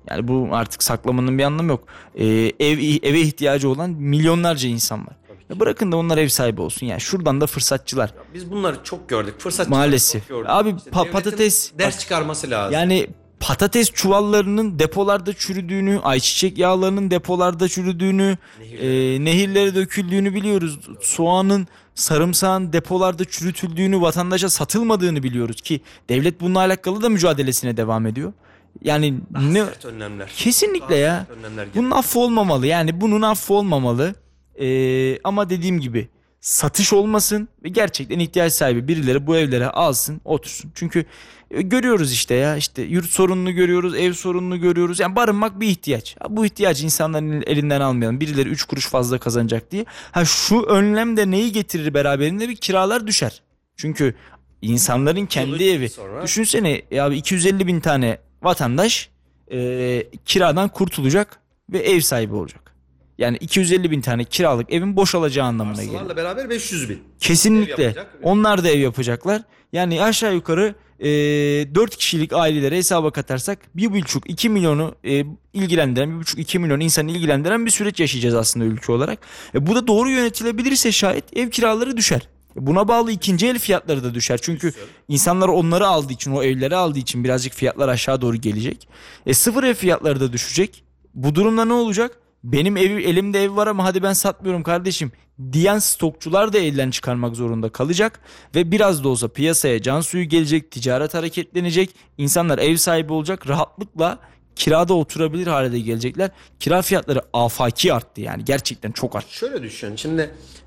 Yani bu artık saklamanın bir anlamı yok. Eve ihtiyacı olan milyonlarca insan var. Ya bırakın da onlar ev sahibi olsun. Yani şuradan da fırsatçılar. Biz bunları çok gördük. Fırsatçıları Maalesef. çok gördük. Abi Devletin patates ders çıkarması lazım. yani patates çuvallarının depolarda çürüdüğünü, ayçiçek yağlarının depolarda çürüdüğünü, nehirlere döküldüğünü biliyoruz. Soğanın, sarımsağın depolarda çürütüldüğünü, vatandaşa satılmadığını biliyoruz ki devlet bununla alakalı da mücadelesine devam ediyor. Yani ne Sert önlemler. kesinlikle Daha ya. sert önlemler Bunun affı olmamalı. Yani bunun affı olmamalı. Ama dediğim gibi satış olmasın ve gerçekten ihtiyaç sahibi birileri bu evlere alsın, otursun. Çünkü görüyoruz işte ya, işte yurt sorununu görüyoruz, ev sorununu görüyoruz. Yani barınmak bir ihtiyaç. Bu ihtiyacı insanların elinden almayalım. Birileri 3 kuruş fazla kazanacak diye. Şu önlem de neyi getirir beraberinde? Bir kiralar düşer. Çünkü insanların kendi evi. Sonra... Düşünsene ya, 250 bin tane vatandaş kiradan kurtulacak ve ev sahibi olacak. Yani 250 bin tane kiralık evin boşalacağı anlamına geliyor. Arsalarla beraber 500 bin. Kesinlikle. Onlar da ev yapacaklar. Yani aşağı yukarı 4 kişilik ailelere hesaba katarsak 1,5-2 milyonu ilgilendiren, 1,5-2 milyon insanı ilgilendiren bir süreç yaşayacağız aslında ülke olarak. Bu da doğru yönetilebilirse şayet ev kiraları düşer. Buna bağlı ikinci el fiyatları da düşer. Çünkü insanlar onları aldığı için, o evleri aldığı için birazcık fiyatlar aşağı doğru gelecek. Sıfır ev fiyatları da düşecek. Bu durumda ne olacak? Benim elimde ev var ama hadi ben satmıyorum kardeşim diyen stokçular da elden çıkarmak zorunda kalacak. Ve biraz da olsa piyasaya can suyu gelecek, ticaret hareketlenecek. İnsanlar ev sahibi olacak, rahatlıkla kirada oturabilir hale de gelecekler. Kira fiyatları afaki arttı, yani gerçekten çok arttı. Şöyle düşün şimdi,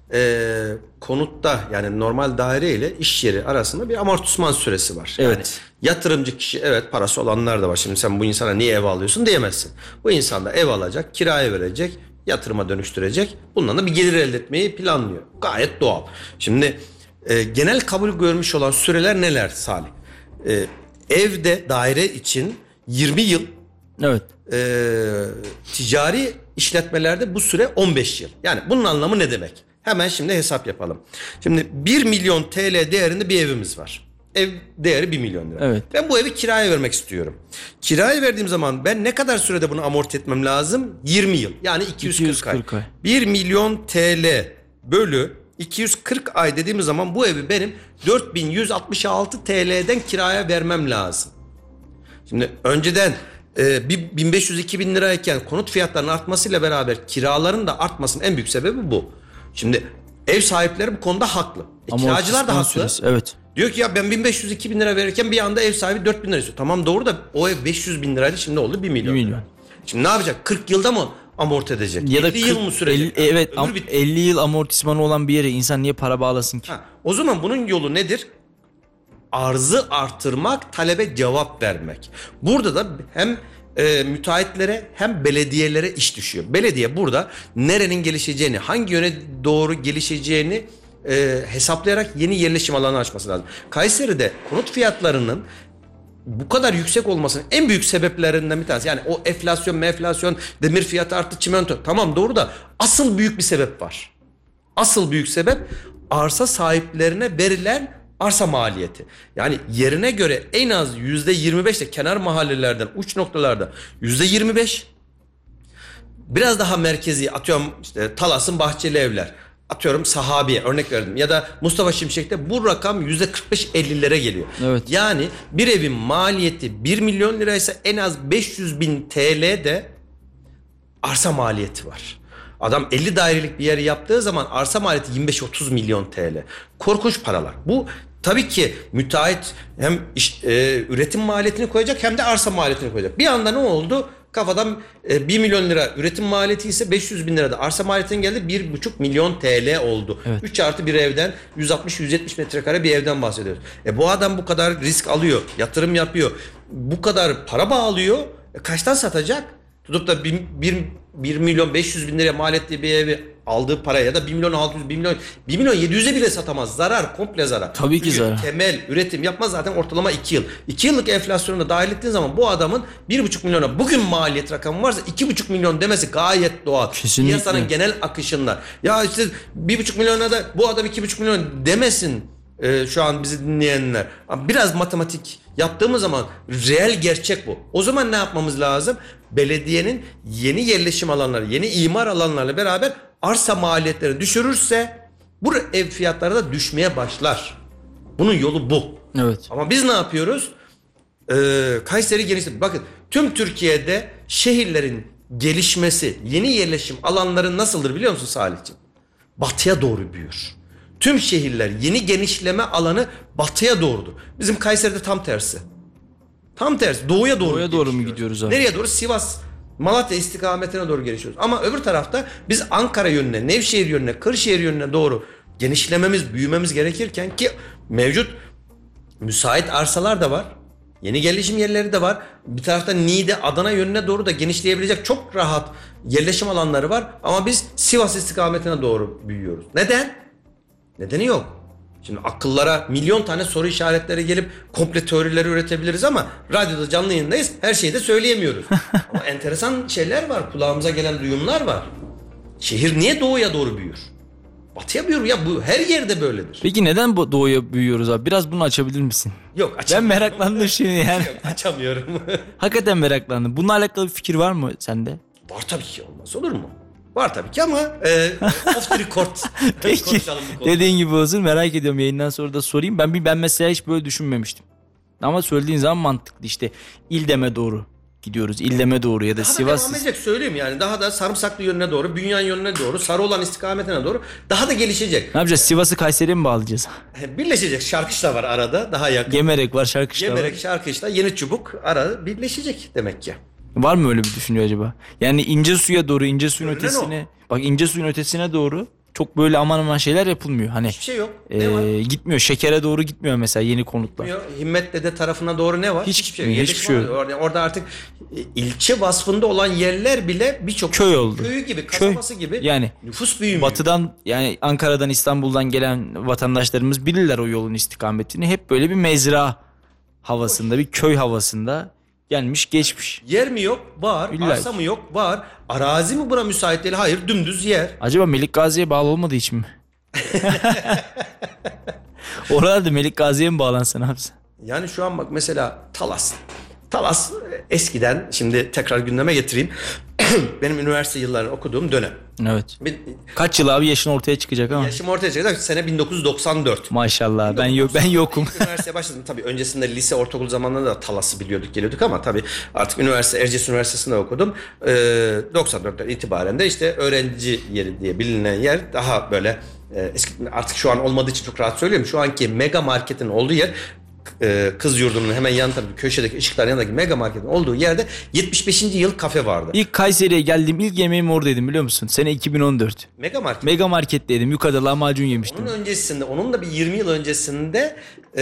konutta yani normal daire ile iş yeri arasında bir amortisman süresi var. Evet. Yani yatırımcı kişi, evet, parası olanlar da var. Şimdi sen bu insana niye ev alıyorsun diyemezsin. Bu insan da ev alacak, kiraya verecek, yatırıma dönüştürecek. Bundan da bir gelir elde etmeyi planlıyor. Gayet doğal. Şimdi genel kabul görmüş olan süreler neler Salih? Evde daire için 20 yıl. Evet. Ticari işletmelerde bu süre 15 yıl. Yani bunun anlamı ne demek? Hemen şimdi hesap yapalım. Şimdi 1 milyon TL değerinde bir evimiz var. Ev değeri 1 milyon lira. Evet. Ben bu evi kiraya vermek istiyorum. Kiraya verdiğim zaman ben ne kadar sürede bunu amorti etmem lazım? 20 yıl. Yani 240 ay. 1 milyon TL bölü 240 ay dediğimiz zaman bu evi benim 4166 TL'den kiraya vermem lazım. Şimdi önceden 1500-2000 lirayken konut fiyatlarının artmasıyla beraber kiraların da artmasının en büyük sebebi bu. Şimdi ev sahipleri bu konuda haklı. Kiracılar da haklı. Süresi, evet. Diyor ki ya ben 1500-2000 lira verirken bir anda ev sahibi 4000 lira istiyor. Tamam doğru da o ev 500 bin liraydı, şimdi oldu 1 milyon. 1 milyon. Şimdi ne yapacak? 40 yılda mı amorti edecek? Ya da 50 yıl mı sürecek? 50 yıl amortismanı olan bir yere insan niye para bağlasın ki? O zaman bunun yolu nedir? Arzı artırmak, talebe cevap vermek. Burada da hem müteahhitlere hem belediyelere iş düşüyor. Belediye burada nerenin gelişeceğini, hangi yöne doğru gelişeceğini hesaplayarak yeni yerleşim alanı açması lazım. Kayseri'de konut fiyatlarının bu kadar yüksek olmasının en büyük sebeplerinden bir tanesi. Yani o enflasyon, demir fiyatı arttı, çimento. Tamam doğru da asıl büyük bir sebep var. Asıl büyük sebep arsa sahiplerine verilen arsa maliyeti. Yani yerine göre en az %25 de kenar mahallelerden, uç noktalarda %25. Biraz daha merkezi, atıyorum işte Talas'ın Bahçeli Evler, atıyorum Sahabiye örnek verdim, ya da Mustafa Şimşek'te bu rakam %45-50'lere geliyor. Evet. Yani bir evin maliyeti 1 milyon liraysa en az 500 bin TL de arsa maliyeti var. Adam 50 dairelik bir yeri yaptığı zaman arsa maliyeti 25-30 milyon TL. Korkunç paralar. Bu tabii ki müteahhit hem üretim maliyetini koyacak hem de arsa maliyetini koyacak. Bir anda ne oldu? Kafadan 1 milyon lira üretim maliyeti ise 500 bin lira da arsa maliyetinin geldi, 1,5 milyon TL oldu. Evet. 3 artı bir evden 160-170 metrekare bir evden bahsediyoruz. Bu adam bu kadar risk alıyor, yatırım yapıyor, bu kadar para bağlıyor. Kaçtan satacak? Tutup da 1 milyon 500 bin liraya mal ettiği bir evi aldığı paraya ya da 1 milyon 600, 1 milyon 700'e bile satamaz. Zarar, komple zarar. Tabii ki zarar. Temel üretim yapmaz zaten, ortalama 2 yıl. 2 yıllık enflasyonu da dahil ettiğin zaman bu adamın 1,5 milyona bugün maliyet rakamı varsa 2,5 milyon demesi gayet doğal. Kesinlikle. Piyasanın genel akışında. Ya işte 1,5 milyona da bu adam 2,5 milyon demesin şu an bizi dinleyenler. Biraz matematik Yaptığımız zaman reel gerçek bu. O zaman ne yapmamız lazım? Belediyenin yeni yerleşim alanları, yeni imar alanlarıyla beraber arsa maliyetlerini düşürürse bu ev fiyatları da düşmeye başlar. Bunun yolu bu. Evet. Ama biz ne yapıyoruz? Kayseri genişledi. Bakın tüm Türkiye'de şehirlerin gelişmesi, yeni yerleşim alanları nasıldır biliyor musun Salihciğim? Batıya doğru büyür. Tüm şehirler yeni genişleme alanı batıya doğrudur. Bizim Kayseri'de tam tersi. Tam tersi. Doğuya doğru mu gidiyoruz abi? Nereye doğru? Sivas, Malatya istikametine doğru gelişiyoruz. Ama öbür tarafta biz Ankara yönüne, Nevşehir yönüne, Kırşehir yönüne doğru genişlememiz, büyümemiz gerekirken ki mevcut müsait arsalar da var. Yeni gelişim yerleri de var. Bir tarafta Niğde, Adana yönüne doğru da genişleyebilecek çok rahat yerleşim alanları var. Ama biz Sivas istikametine doğru büyüyoruz. Neden? Nedeni yok. Şimdi akıllara milyon tane soru işaretleri gelip komple teorileri üretebiliriz ama radyoda canlı yayındayız. Her şeyi de söyleyemiyoruz. Ama enteresan şeyler var. Kulağımıza gelen duyumlar var. Şehir niye doğuya doğru büyür? Batıya büyür. Ya bu her yerde böyledir. Peki neden bu doğuya büyüyoruz abi? Biraz bunu açabilir misin? Yok Ben açamıyorum. meraklandım şimdi yani. Yok, açamıyorum. Hakikaten meraklandım. Bununla alakalı bir fikir var mı sende? Var tabii ki, olmaz olur mu? Var tabii ki ama off the record. Peki Konuşalım bu konuyu. dediğin gibi olsun, merak ediyorum, yayından sonra da sorayım. Ben mesela hiç böyle düşünmemiştim. Ama söylediğin zaman mantıklı, işte İldem'e doğru gidiyoruz. İldem'e doğru ya da Daha da Sivas. devam edecek söyleyeyim yani. Daha da Sarımsaklı yönüne doğru, Bünyan yönüne doğru, Sarıoğlan istikametine doğru daha da gelişecek. Ne yapacağız? Sivas'ı Kayseri'ye mi bağlayacağız? Birleşecek. Şarkışla var arada daha yakın. Gemerek var, Şarkışla var. Gemerek, Şarkışla, Yeni Çubuk arada birleşecek demek ki. Var mı öyle bir düşünüyor acaba? Yani İncesu'ya doğru, İncesu'nun Görünen ötesine. Bak, İncesu'nun ötesine doğru çok böyle aman aman şeyler yapılmıyor. Hani Hiçbir şey yok. Ne var? gitmiyor. Şekere doğru gitmiyor mesela yeni konutlar. Himmet Dede tarafına doğru ne var? Hiç Hiçbir şey yok. gitmiyor, hiçbir şey yok. Orada artık ilçe vasfında olan yerler bile birçok Köy oldu. köyü gibi, kasabası gibi. Yani nüfus büyümüyor. batıdan, yani Ankara'dan, İstanbul'dan gelen vatandaşlarımız bilirler o yolun istikametini. Hep böyle bir mezra havasında, bir köy havasında gelmiş geçmiş. Yer mi yok? Var. İlla Arsa ki. mı yok? Var. Arazi mi buna müsait değil? Hayır, dümdüz yer. Acaba Melik Gazi'ye bağlı olmadığı için mi? Oralarda Melik Gazi'ye mi bağlansa, ne yapsın? Yani şu an bak mesela Talas. Talas eskiden, şimdi tekrar gündeme getireyim. Benim üniversite yıllarını okuduğum dönem. Evet. Bir, Kaç yıl abi, yaşın ortaya çıkacak ama. yaşım ortaya çıkacak. Sene 1994. Maşallah, ben yokum. İlk üniversiteye başladım. Tabii öncesinde lise, ortaokul zamanlarında da Talas'ı biliyorduk, geliyorduk ama tabii artık üniversite, Erciyes Üniversitesi'nde okudum. 94'ten itibaren de işte öğrenci yeri diye bilinen yer daha böyle eski, artık şu an olmadığı için çok rahat söylüyorum. Şu anki mega marketin olduğu yer, Kız Yurdu'nun hemen yan tarafı, köşedeki ışıkların yanındaki mega marketin olduğu yerde 75. yıl kafe vardı. İlk Kayseri'ye geldiğim ilk yemeğim oradaydım, biliyor musun? Sene 2014. Mega market. Mega Market'teydim. Yukarıda lahmacun yemiştim. Onun öncesinde, onun da bir 20 yıl öncesinde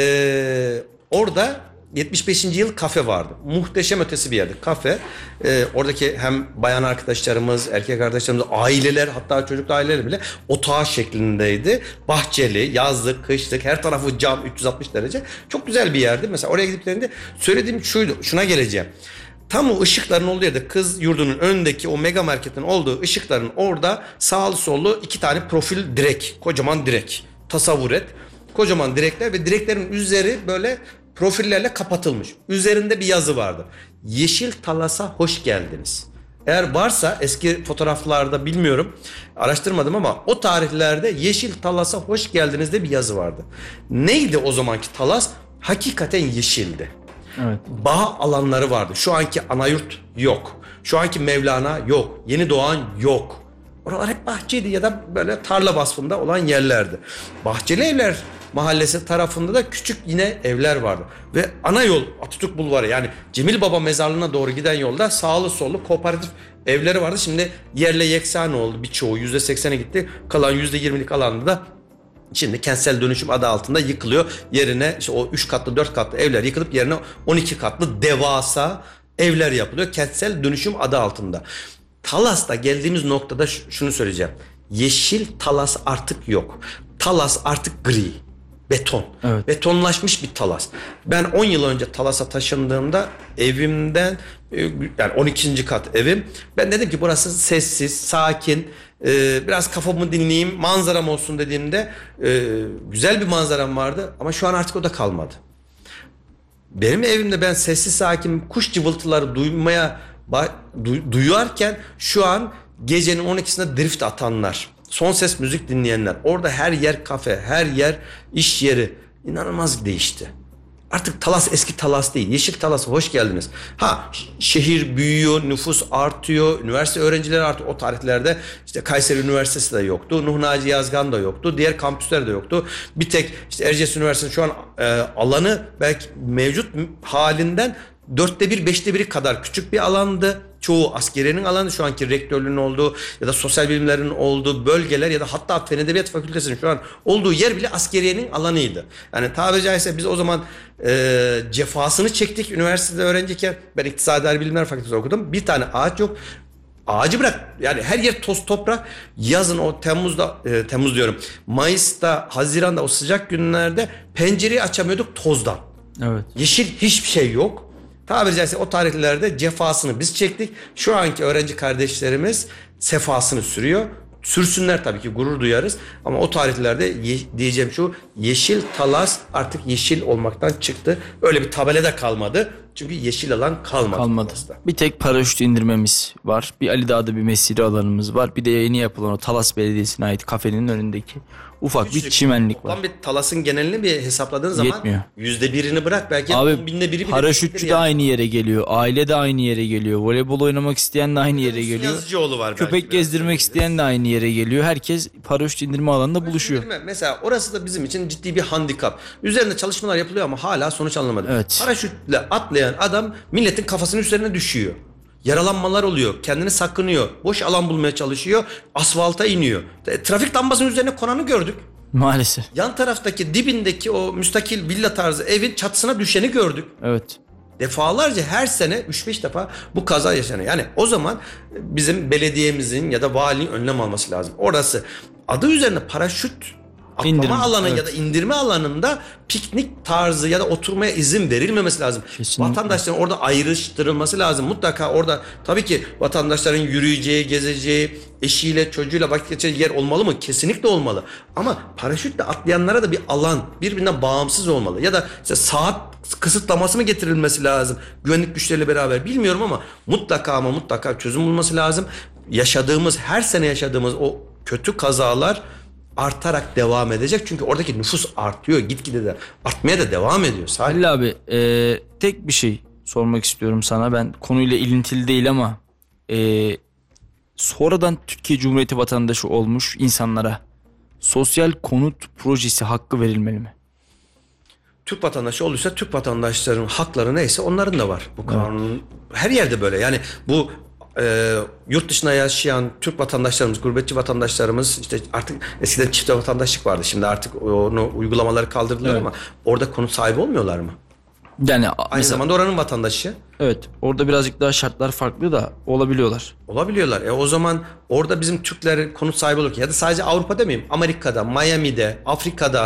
orada 75. yıl kafe vardı. Muhteşem ötesi bir yerdi kafe. Oradaki hem bayan arkadaşlarımız, erkek arkadaşlarımız, aileler, hatta çocuklu aileler bile otağı şeklindeydi. Bahçeli, yazlık, kışlık, her tarafı cam, 360 derece. Çok güzel bir yerdi. Mesela oraya gidiplerinde söylediğim şuydu, şuna geleceğim. Tam o ışıkların olduğu yerde, Kız Yurdu'nun önündeki o mega marketin olduğu ışıkların orada sağlı sollu 2 tane profil direk, kocaman direk. Tasavvur et. Kocaman direkler ve direklerin üzeri böyle profillerle kapatılmış. Üzerinde bir yazı vardı. Yeşil Talas'a hoş geldiniz. Eğer varsa eski fotoğraflarda, bilmiyorum, araştırmadım ama o tarihlerde Yeşil Talas'a hoş geldiniz de bir yazı vardı. Neydi o zamanki Talas? Hakikaten yeşildi. Evet. Bağ alanları vardı. Şu anki Anayurt yok. Şu anki Mevlana yok. Yeni Doğan yok. Oralar hep bahçeydi ya da böyle tarla vasfında olan yerlerdi. Bahçeli Evler Mahallesi tarafında da küçük yine evler vardı. Ve ana yol Atatürk Bulvarı, yani Cemil Baba mezarlığına doğru giden yolda sağlı sollu kooperatif evleri vardı. Şimdi yerle yeksan oldu birçoğu. %80'e gitti. Kalan %20'lik alanda da şimdi kentsel dönüşüm adı altında yıkılıyor. Yerine işte o 3 katlı 4 katlı evler yıkılıp yerine 12 katlı devasa evler yapılıyor. Kentsel dönüşüm adı altında. Talas'ta geldiğimiz noktada şunu söyleyeceğim. Yeşil Talas artık yok. Talas artık gri. Beton. Evet. Betonlaşmış bir Talas. Ben 10 yıl önce Talas'a taşındığımda evimden, yani 12. kat evim. Ben dedim ki burası sessiz, sakin, biraz kafamı dinleyeyim, manzaram olsun dediğimde güzel bir manzaram vardı ama şu an artık o da kalmadı. Benim evimde ben sessiz sakin kuş cıvıltıları duyarken şu an gecenin 12'sinde drift atanlar, son ses müzik dinleyenler, orada her yer kafe, her yer iş yeri, inanılmaz değişti. Artık Talas eski Talas değil. Yeşil Talas'a hoş geldiniz. Şehir büyüyor, nüfus artıyor, üniversite öğrencileri artıyor. O tarihlerde işte Kayseri Üniversitesi de yoktu, Nuh Naci Yazgan da yoktu, diğer kampüsler de yoktu. Bir tek işte Erciyes Üniversitesi'nin şu an alanı belki mevcut halinden 1/4, 5'te 1'i kadar küçük bir alandı. Çoğu askeriyenin alanı, şu anki rektörlüğün olduğu ya da sosyal bilimlerin olduğu bölgeler ya da hatta Fen Edebiyat Fakültesi'nin şu an olduğu yer bile askeriyenin alanıydı. Yani tabiri caizse biz o zaman cefasını çektik üniversitede öğrenciyken. Ben İktisadi Bilimler Fakültesi okudum. Bir tane ağaç yok. Ağacı bırak, yani her yer toz toprak. Yazın o Temmuz diyorum, Mayıs'ta, Haziran'da o sıcak günlerde pencereyi açamıyorduk tozdan. Evet. Yeşil hiçbir şey yok. Tabiri caizse o tarihlerde cefasını biz çektik. Şu anki öğrenci kardeşlerimiz sefasını sürüyor. Sürsünler, tabii ki gurur duyarız. Ama o tarihlerde diyeceğim şu: Yeşil Talas artık yeşil olmaktan çıktı. Öyle bir tabelada kalmadı. Çünkü yeşil alan kalmadı. Bir tek paraşüt indirmemiz var. Bir Ali Dağ'da bir mesire alanımız var. Bir de yeni yapılan o Talas Belediyesi'ne ait kafenin önündeki ufak bir çimenlik var. Tam bir Talas'ın genelini bir hesapladığın zaman yetmiyor. %1'ini bırak, belki Abi, 10.000'de biri bile. paraşütçü de aynı yere geliyor. Aile de aynı yere geliyor. Voleybol oynamak isteyen de aynı yere geliyor. Yazıcıoğlu var. Köpek gezdirmek isteyen de aynı yere geliyor. Herkes paraşüt indirme alanında buluşuyor. Mesela orası da bizim için ciddi bir handikap. Üzerinde çalışmalar yapılıyor ama hala sonuç alınamadı. Evet. Paraşütle atlayan adam milletin kafasının üzerine düşüyor. Yaralanmalar oluyor. Kendini sakınıyor. Boş alan bulmaya çalışıyor. Asfalta iniyor. Trafik lambasının üzerine konanı gördük. Maalesef. Yan taraftaki dibindeki o müstakil villa tarzı evin çatısına düşeni gördük. Evet. Defalarca her sene 3-5 defa bu kaza yaşanıyor. Yani o zaman bizim belediyemizin ya da valinin önlem alması lazım. Orası adı üzerine paraşüt atlama İndirme, alanı evet. ya da indirme alanında piknik tarzı ya da oturmaya izin verilmemesi lazım. Kesinlikle. Vatandaşların orada ayrıştırılması lazım. Mutlaka orada tabii ki vatandaşların yürüyeceği, gezeceği, eşiyle, çocuğuyla vakit geçireceği yer olmalı mı? Kesinlikle olmalı. Ama paraşütle atlayanlara da bir alan, birbirinden bağımsız olmalı. Ya da işte saat kısıtlaması mı getirilmesi lazım? Güvenlik güçleriyle beraber bilmiyorum ama mutlaka çözüm bulması lazım. Her sene yaşadığımız o kötü kazalar artarak devam edecek. Çünkü oradaki nüfus artıyor. Gitgide de artmaya da devam ediyor. Halil abi, tek bir şey sormak istiyorum sana. Ben konuyla ilintili değil ama sonradan Türkiye Cumhuriyeti vatandaşı olmuş insanlara sosyal konut projesi hakkı verilmeli mi? Türk vatandaşı olursa Türk vatandaşlarının hakları neyse onların da var. Bu kanun her yerde böyle. Yani bu yurt dışında yaşayan Türk vatandaşlarımız, gurbetçi vatandaşlarımız, işte artık eskiden çift vatandaşlık vardı. Şimdi artık onu uygulamaları kaldırdılar, evet. Ama orada konut sahibi olmuyorlar mı? Yani Aynı zamanda oranın vatandaşı. Evet, orada birazcık daha şartlar farklı da olabiliyorlar. Olabiliyorlar. O zaman orada bizim Türkler konut sahibi olur ki, ya da sadece Avrupa demeyeyim, Amerika'da, Miami'de, Afrika'da,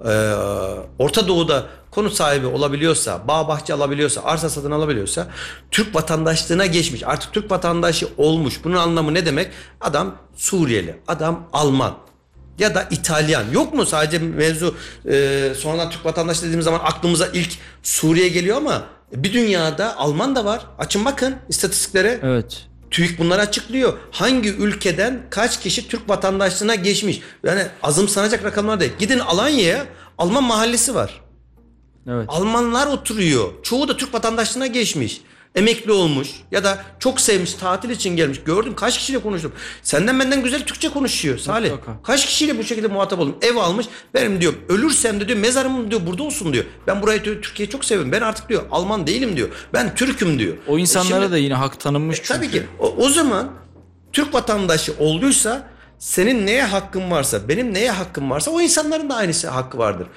Orta Doğu'da konut sahibi olabiliyorsa, bağ bahçe alabiliyorsa, arsa satın alabiliyorsa Türk vatandaşlığına geçmiş. Artık Türk vatandaşı olmuş. Bunun anlamı ne demek? Adam Suriyeli, adam Alman ya da İtalyan. Yok mu sadece mevzu sonradan Türk vatandaşı dediğimiz zaman aklımıza ilk Suriye geliyor ama bir dünyada Alman da var. Açın bakın istatistiklere. Evet. TÜİK bunları açıklıyor. Hangi ülkeden kaç kişi Türk vatandaşlığına geçmiş? Yani azımsanacak rakamlar değil. Gidin Alanya'ya, Alman mahallesi var. Evet. Almanlar oturuyor. Çoğu da Türk vatandaşlığına geçmiş. Emekli olmuş ya da çok sevmiş, tatil için gelmiş. Gördüm, kaç kişiyle konuştum. Senden benden güzel Türkçe konuşuyor Salih. Mutlaka. Kaç kişiyle bu şekilde muhatap oldum. Ev almış. Benim diyor, ölürsem de diyor mezarım diyor burada olsun diyor. Ben burayı diyor, Türkiye'yi çok seviyorum. Ben artık diyor Alman değilim diyor. Ben Türk'üm diyor. O insanlara Şimdi, da yine hak tanınmış çünkü. tabii ki. O zaman Türk vatandaşı olduysa senin neye hakkın varsa, benim neye hakkım varsa o insanların da aynısı hakkı vardır.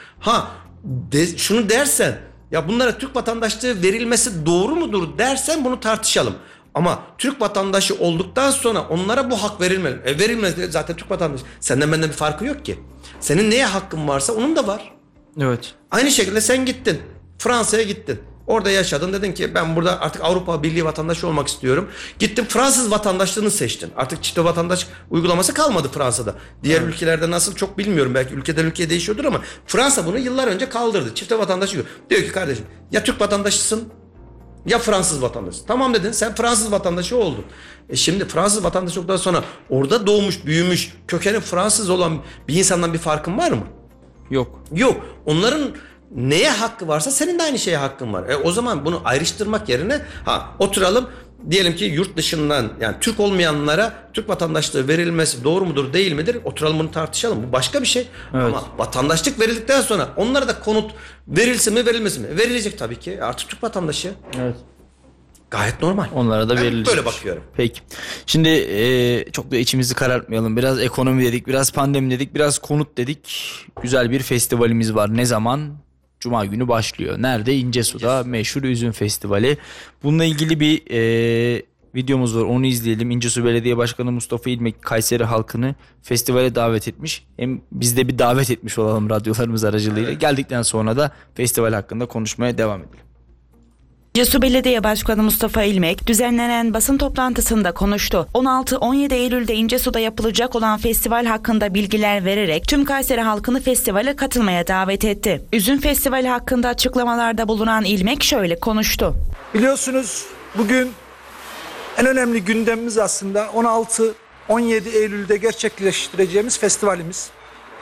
Şunu dersen, ya bunlara Türk vatandaşlığı verilmesi doğru mudur dersen bunu tartışalım. Ama Türk vatandaşı olduktan sonra onlara bu hak verilmeli. Verilmez, zaten Türk vatandaşı. Senden benden bir farkı yok ki. Senin neye hakkın varsa onun da var. Evet. Aynı şekilde sen gittin. Fransa'ya gittin. Orada yaşadın, dedin ki ben burada artık Avrupa Birliği vatandaşı olmak istiyorum. Gittin Fransız vatandaşlığını seçtin. Artık çift vatandaş uygulaması kalmadı Fransa'da. Diğer ülkelerde nasıl çok bilmiyorum. Belki ülkeden ülkeye değişiyordur ama Fransa bunu yıllar önce kaldırdı. Çift vatandaşı diyor ki kardeşim ya Türk vatandaşısın ya Fransız vatandaşı. Tamam dedin, sen Fransız vatandaşı oldun. Şimdi Fransız vatandaşı olduktan sonra orada doğmuş, büyümüş, kökeni Fransız olan bir insandan bir farkın var mı? Yok. Yok. Onların neye hakkı varsa senin de aynı şeye hakkın var. O zaman bunu ayrıştırmak yerine oturalım. Diyelim ki yurt dışından, yani Türk olmayanlara Türk vatandaşlığı verilmesi doğru mudur değil midir? Oturalım bunu tartışalım. Bu başka bir şey. Evet. Ama vatandaşlık verildikten sonra onlara da konut verilsin mi verilmesin mi? Verilecek tabii ki. Artık Türk vatandaşı. Evet. Gayet normal. Onlara da Ben verilecek. böyle bakıyorum. Peki. Şimdi çok da içimizi karartmayalım. Biraz ekonomi dedik, biraz pandemi dedik, biraz konut dedik. Güzel bir festivalimiz var. Ne zaman? Cuma günü başlıyor. Nerede? İncesu'da meşhur Üzüm Festivali. Bununla ilgili bir videomuz var. Onu izleyelim. İncesu Belediye Başkanı Mustafa İlmek Kayseri halkını festivale davet etmiş. Hem biz de bir davet etmiş olalım radyolarımız aracılığıyla. Evet. Geldikten sonra da festival hakkında konuşmaya devam edelim. İncesu Belediye Başkanı Mustafa İlmek düzenlenen basın toplantısında konuştu. 16-17 Eylül'de İncesu'da yapılacak olan festival hakkında bilgiler vererek tüm Kayseri halkını festivale katılmaya davet etti. Üzüm Festivali hakkında açıklamalarda bulunan İlmek şöyle konuştu. Biliyorsunuz bugün en önemli gündemimiz aslında 16-17 Eylül'de gerçekleştireceğimiz festivalimiz.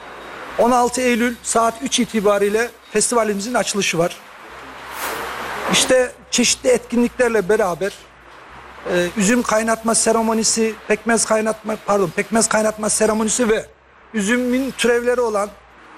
16 Eylül saat 3 itibariyle festivalimizin açılışı var. İşte çeşitli etkinliklerle beraber üzüm kaynatma seremonisi, pekmez kaynatma seremonisi ve üzümün türevleri olan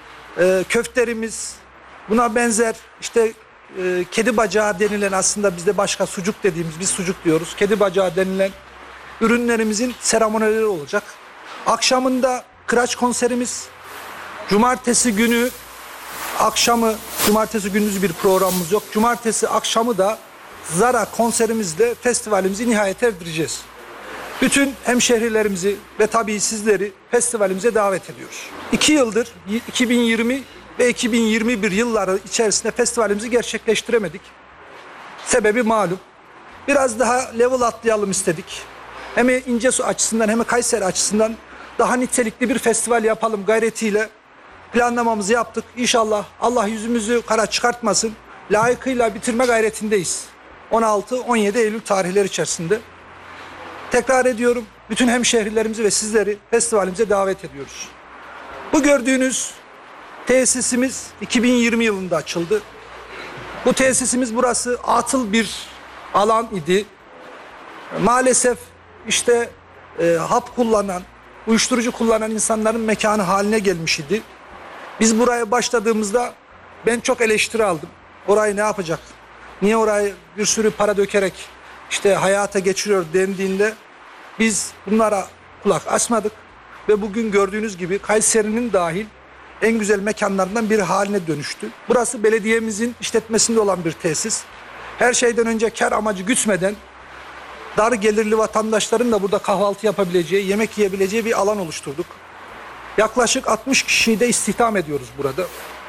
köfterimiz, buna benzer işte kedi bacağı denilen, aslında bizde başka sucuk dediğimiz, biz sucuk diyoruz. Kedi bacağı denilen ürünlerimizin seremonileri olacak. Akşamında kıraç konserimiz, cumartesi günü akşamı, cumartesi gündüz bir programımız yok. Cumartesi akşamı da Zara konserimizle festivalimizi nihayet erdireceğiz. Bütün hemşehrilerimizi ve tabii sizleri festivalimize davet ediyoruz. 2 yıldır 2020 ve 2021 yılları içerisinde festivalimizi gerçekleştiremedik. Sebebi malum. Biraz daha level atlayalım istedik. Hem İncesu açısından hem Kayseri açısından daha nitelikli bir festival yapalım gayretiyle planlamamızı yaptık. İnşallah Allah yüzümüzü kara çıkartmasın. Layıkıyla bitirme gayretindeyiz. 16-17 Eylül tarihleri içerisinde. Tekrar ediyorum, bütün hemşehrilerimizi ve sizleri festivalimize davet ediyoruz. Bu gördüğünüz tesisimiz 2020 yılında açıldı. Bu tesisimiz, burası atıl bir alan idi. Maalesef işte hap kullanan, uyuşturucu kullanan insanların mekanı haline gelmiş idi. Biz buraya başladığımızda ben çok eleştiri aldım. Orayı ne yapacak? Niye orayı bir sürü para dökerek işte hayata geçiriyor dendiğinde biz bunlara kulak asmadık. Ve bugün gördüğünüz gibi Kayseri'nin dahil en güzel mekanlarından biri haline dönüştü. Burası belediyemizin işletmesinde olan bir tesis. Her şeyden önce kar amacı gütmeden dar gelirli vatandaşların da burada kahvaltı yapabileceği, yemek yiyebileceği bir alan oluşturduk. Yaklaşık 60 kişiyi de istihdam ediyoruz burada.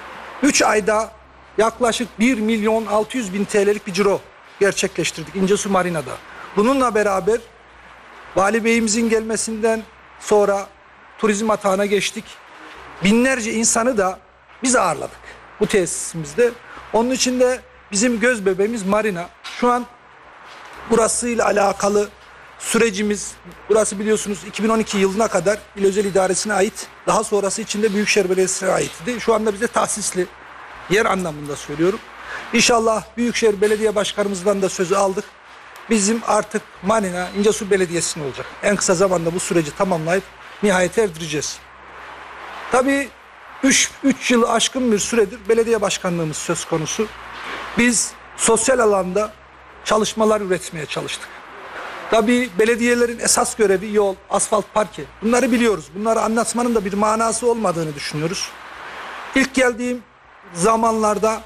3 ayda yaklaşık 1.600.000 TL'lik bir ciro gerçekleştirdik İncesu Marina'da. Bununla beraber Vali Bey'imizin gelmesinden sonra turizm atağına geçtik. Binlerce insanı da biz ağırladık bu tesisimizde. Onun için de bizim göz bebeğimiz Marina. Şu an burasıyla alakalı sürecimiz, burası biliyorsunuz 2012 yılına kadar İl Özel İdaresi'ne ait, daha sonrası için de Büyükşehir Belediyesi'ne aitti. Şu anda bize tahsisli, yer anlamında söylüyorum. İnşallah Büyükşehir Belediye Başkanımızdan da sözü aldık. Bizim artık Marina İncesu Belediyesi'nin olacak. En kısa zamanda bu süreci tamamlayıp nihayete erdireceğiz. Tabii 3 yılı aşkın bir süredir belediye başkanlığımız söz konusu. Biz sosyal alanda çalışmalar üretmeye çalıştık. Tabii belediyelerin esas görevi yol, asfalt, parke. Bunları biliyoruz. Bunları anlatmanın da bir manası olmadığını düşünüyoruz. İlk geldiğim zamanlarda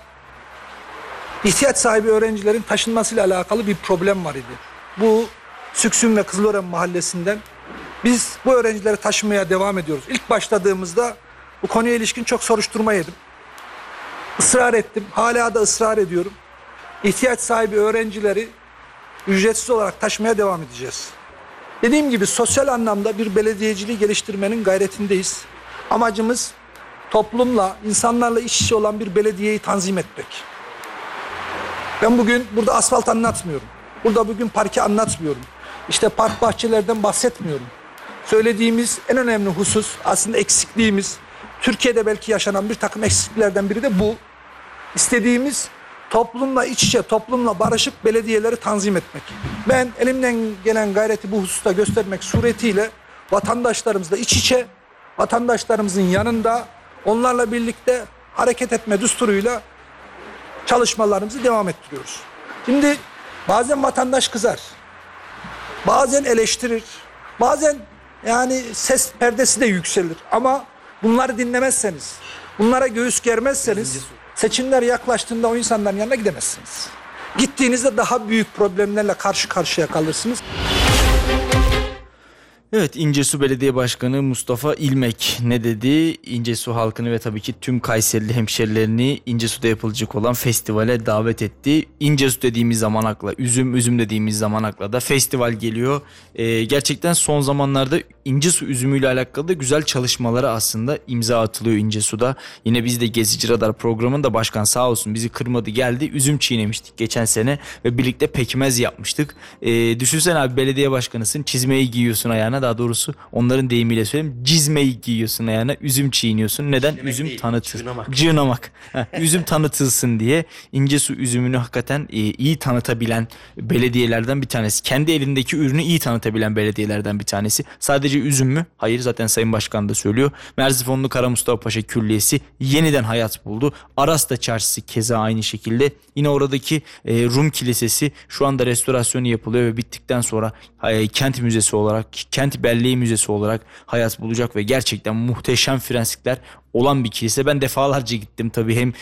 ihtiyaç sahibi öğrencilerin taşınmasıyla alakalı bir problem var idi. Bu Süksün ve Kızılören mahallesinden biz bu öğrencileri taşımaya devam ediyoruz. İlk başladığımızda bu konuya ilişkin çok soruşturma yedim. Israr ettim. Hala da ısrar ediyorum. ihtiyaç sahibi öğrencileri ücretsiz olarak taşımaya devam edeceğiz. Dediğim gibi sosyal anlamda bir belediyeciliği geliştirmenin gayretindeyiz. Amacımız toplumla, insanlarla iç içe olan bir belediyeyi tanzim etmek. Ben bugün burada asfalt anlatmıyorum. Burada bugün parke anlatmıyorum. İşte park bahçelerden bahsetmiyorum. Söylediğimiz en önemli husus aslında eksikliğimiz. Türkiye'de belki yaşanan bir takım eksikliklerden biri de bu. İstediğimiz toplumla iç içe, toplumla barışık belediyeleri tanzim etmek. Ben elimden gelen gayreti bu hususta göstermek suretiyle vatandaşlarımızla iç içe, vatandaşlarımızın yanında onlarla birlikte hareket etme düsturuyla çalışmalarımızı devam ettiriyoruz. Şimdi bazen vatandaş kızar, bazen eleştirir, bazen yani ses perdesi de yükselir ama bunları dinlemezseniz, bunlara göğüs germezseniz seçimler yaklaştığında o insanların yanına gidemezsiniz. Gittiğinizde daha büyük problemlerle karşı karşıya kalırsınız. Evet, İncesu Belediye Başkanı Mustafa İlmek ne dedi? İncesu halkını ve tabii ki tüm Kayserili hemşerilerini İncesu'da yapılacak olan festivale davet etti. İncesu dediğimiz zaman akla, üzüm dediğimiz zaman akla da festival geliyor. Gerçekten son zamanlarda İncesu üzümüyle alakalı da güzel çalışmalara aslında imza atılıyor İncesu'da. Yine biz de Gezici Radar programında başkan sağ olsun bizi kırmadı, geldi. Üzüm çiğnemiştik geçen sene ve birlikte pekmez yapmıştık. Düşünsene abi, belediye başkanısın, çizmeyi giyiyorsun ayağına. Daha doğrusu onların deyimiyle söyleyeyim, cizmeyi giyiyorsun ayağına, üzüm çiğniyorsun. Neden? Çiğnemek üzüm değil, tanıtır. cığınamak. Üzüm tanıtılsın diye. İncesu üzümünü hakikaten iyi tanıtabilen belediyelerden bir tanesi. Kendi elindeki ürünü iyi tanıtabilen belediyelerden bir tanesi. Sadece üzüm mü? Hayır, zaten Sayın Başkan da söylüyor. Merzifonlu Kara Mustafa Paşa Külliyesi yeniden hayat buldu. Arasta Çarşısı keza aynı şekilde. Yine oradaki Rum Kilisesi şu anda restorasyonu yapılıyor ve bittikten sonra kent müzesi olarak, kent belleği müzesi olarak hayat bulacak ve gerçekten muhteşem freskler olan bir kilise. Ben defalarca gittim tabii, hem